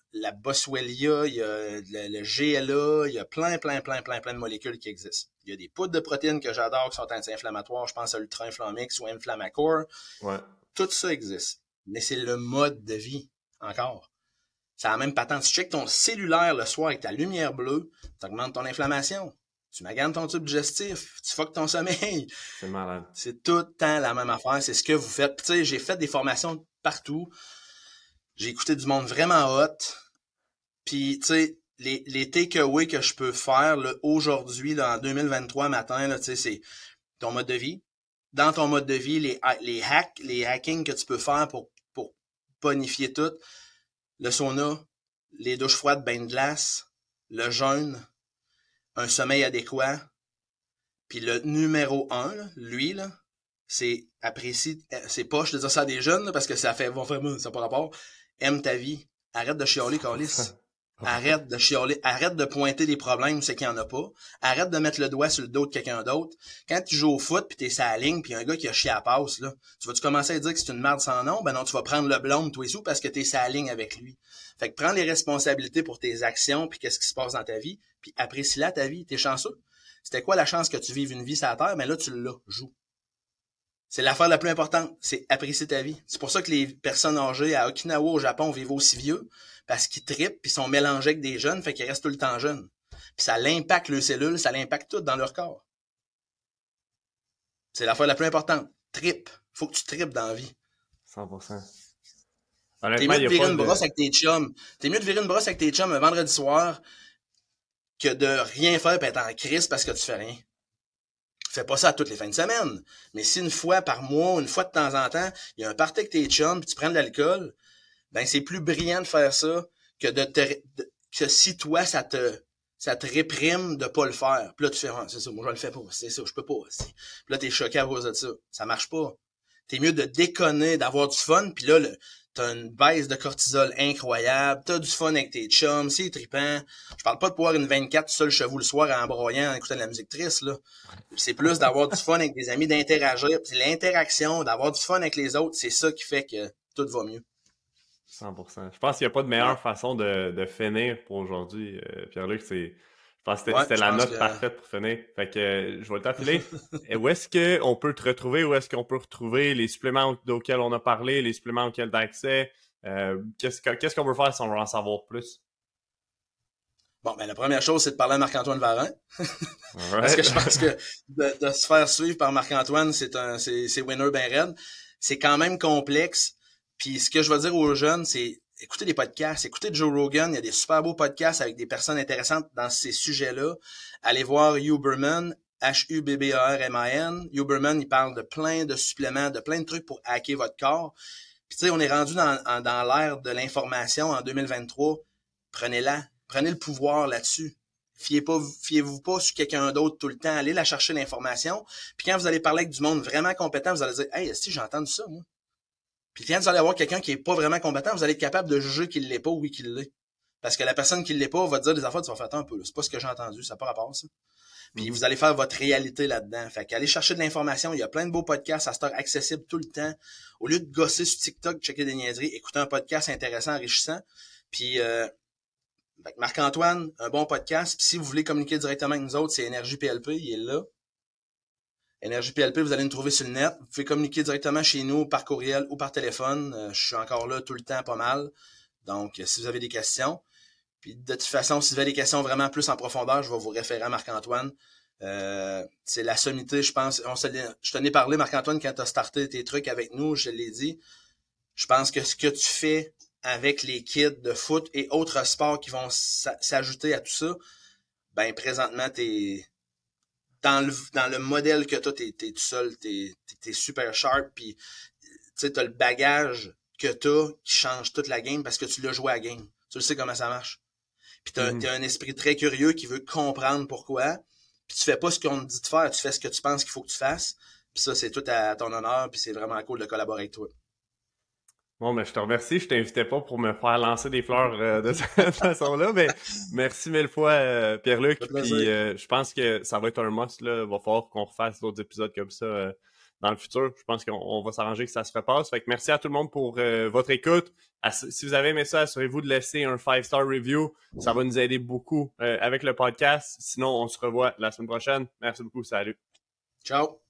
la Boswellia, il y a le GLA, il y a plein de molécules qui existent. Il y a des poudres de protéines que j'adore qui sont anti-inflammatoires, je pense à Ultra Inflammix ou Inflammacore. Ouais. Tout ça existe. Mais c'est le mode de vie, encore. C'est la même patente. Si tu checkes ton cellulaire le soir avec ta lumière bleue, tu augmentes ton inflammation. Tu maganes ton tube digestif, tu fuck ton sommeil. C'est malade. C'est tout le temps la même affaire, c'est ce que vous faites. Tu sais, j'ai fait des formations partout. J'ai écouté du monde vraiment hot. Puis, tu sais, les takeaways que je peux faire là, aujourd'hui, là, en 2023 matin, là, tu sais, c'est ton mode de vie. Dans ton mode de vie, les hackings que tu peux faire pour bonifier tout. Le sauna, les douches froides, bains de glace, le jeûne, un sommeil adéquat. Puis le numéro 1, là, lui, là, c'est apprécie, c'est poche de dire ça à des jeunes, là, parce que ça fait, ça n'a pas rapport. Aime ta vie. Arrête de chialer, câlisse. Arrête de chialer. Arrête de pointer les problèmes où c'est qu'il n'y en a pas. Arrête de mettre le doigt sur le dos de quelqu'un d'autre. Quand tu joues au foot pis t'es sur la ligne pis un gars qui a chié à la passe, là, tu vas-tu commencer à dire que c'est une merde sans nom? Ben non, tu vas prendre le blâme, toi et tout, parce que t'es sur la ligne avec lui. Fait que prends les responsabilités pour tes actions puis qu'est-ce qui se passe dans ta vie puis apprécie-la ta vie. T'es chanceux. C'était quoi la chance que tu vives une vie sur la terre? Mais là, tu l'as. Joue. C'est l'affaire la plus importante, c'est apprécier ta vie. C'est pour ça que les personnes âgées à Okinawa, au Japon, vivent aussi vieux, parce qu'ils trippent, puis sont mélangés avec des jeunes, fait qu'ils restent tout le temps jeunes. Puis ça l'impacte leurs cellules, ça l'impacte tout dans leur corps. C'est l'affaire la plus importante. Trippe. Faut que tu trippes dans la vie. 100%. T'es mieux de virer une brosse avec tes chums. T'es mieux de virer une brosse avec tes chums un vendredi soir que de rien faire et être en crise parce que tu fais rien. Fais pas ça toutes les fins de semaine. Mais si une fois par mois, une fois de temps en temps, il y a un party avec tes chums puis tu prends de l'alcool, ben c'est plus brillant de faire ça que que si toi ça te réprime de pas le faire. Puis là tu fais c'est ça, moi je le fais pas, c'est ça, je peux pas. Puis là t'es choqué à cause de ça. Ça marche pas. T'es mieux de déconner, d'avoir du fun, puis là t'as une baisse de cortisol incroyable, t'as du fun avec tes chums, c'est trippant. Je parle pas de boire une 24 seul chez vous le soir en broyant, en écoutant de la musique triste, là. C'est plus d'avoir du fun avec des amis, d'interagir, puis l'interaction, d'avoir du fun avec les autres, c'est ça qui fait que tout va mieux. 100%. Je pense qu'il n'y a pas de meilleure façon de finir pour aujourd'hui, Pierre-Luc. Je pense que c'était la note parfaite pour finir. Fait que je vais le t'affiler. Où est-ce qu'on peut te retrouver? Où est-ce qu'on peut retrouver les suppléments auxquels on a parlé, les suppléments auxquels tu as accès? Qu'est-ce qu'on veut faire si on veut en savoir plus? Bon, ben la première chose, c'est de parler à Marc-Antoine Varin. Parce que je pense que de se faire suivre par Marc-Antoine, c'est winner ben raide. C'est quand même complexe. Puis ce que je vais dire aux jeunes, c'est écoutez des podcasts, écoutez Joe Rogan, il y a des super beaux podcasts avec des personnes intéressantes dans ces sujets-là. Allez voir Huberman, Huberman. Huberman, il parle de plein de suppléments, de plein de trucs pour hacker votre corps. Puis tu sais, on est rendu dans l'ère de l'information en 2023. Prenez-la. Prenez le pouvoir là-dessus. Fiez-vous pas sur quelqu'un d'autre tout le temps. Allez la chercher l'information. Puis quand vous allez parler avec du monde vraiment compétent, vous allez dire « Hey, est-ce que j'ai entendu ça, moi? » Puis quand vous allez avoir quelqu'un qui est pas vraiment compétent, vous allez être capable de juger qu'il l'est pas ou oui qu'il l'est. Parce que la personne qui l'est pas va te dire des affaires, tu vas faire attends un peu, là. C'est pas ce que j'ai entendu, ça n'a pas rapport, ça. Puis vous allez faire votre réalité là-dedans. Fait qu'allez chercher de l'information. Il y a plein de beaux podcasts à cette heure accessibles tout le temps. Au lieu de gosser sur TikTok, checker des niaiseries, écoutez un podcast intéressant, enrichissant. Puis Marc-Antoine, un bon podcast. Puis si vous voulez communiquer directement avec nous autres, c'est Énergie PLP, il est là. Énergie PLP, vous allez nous trouver sur le net. Vous pouvez communiquer directement chez nous par courriel ou par téléphone. Je suis encore là tout le temps, pas mal. Donc, si vous avez des questions. Puis de toute façon, si vous avez des questions vraiment plus en profondeur, je vais vous référer à Marc-Antoine. C'est la sommité, je pense. Je t'en ai parlé, Marc-Antoine, quand tu as starté tes trucs avec nous, je l'ai dit. Je pense que ce que tu fais avec les kids de foot et autres sports qui vont s'ajouter à tout ça, ben présentement, t'es dans le modèle que toi, t'es tout seul, t'es super sharp, puis tu sais, t'as le bagage que t'as qui change toute la game parce que tu l'as joué à la game. Tu le sais comment ça marche. Puis t'as un esprit très curieux qui veut comprendre pourquoi. Puis tu fais pas ce qu'on te dit de faire, tu fais ce que tu penses qu'il faut que tu fasses. Puis ça, c'est tout à ton honneur, puis c'est vraiment cool de collaborer avec toi. Bon, ben, je te remercie. Je t'invitais pas pour me faire lancer des fleurs de cette façon-là, mais merci mille fois, Pierre-Luc. Puis je pense que ça va être un must, là. Il va falloir qu'on refasse d'autres épisodes comme ça dans le futur. Je pense qu'on va s'arranger que ça se repasse. Fait que merci à tout le monde pour votre écoute. Si vous avez aimé ça, assurez-vous de laisser un 5-star review. Ça va nous aider beaucoup avec le podcast. Sinon, on se revoit la semaine prochaine. Merci beaucoup. Salut. Ciao.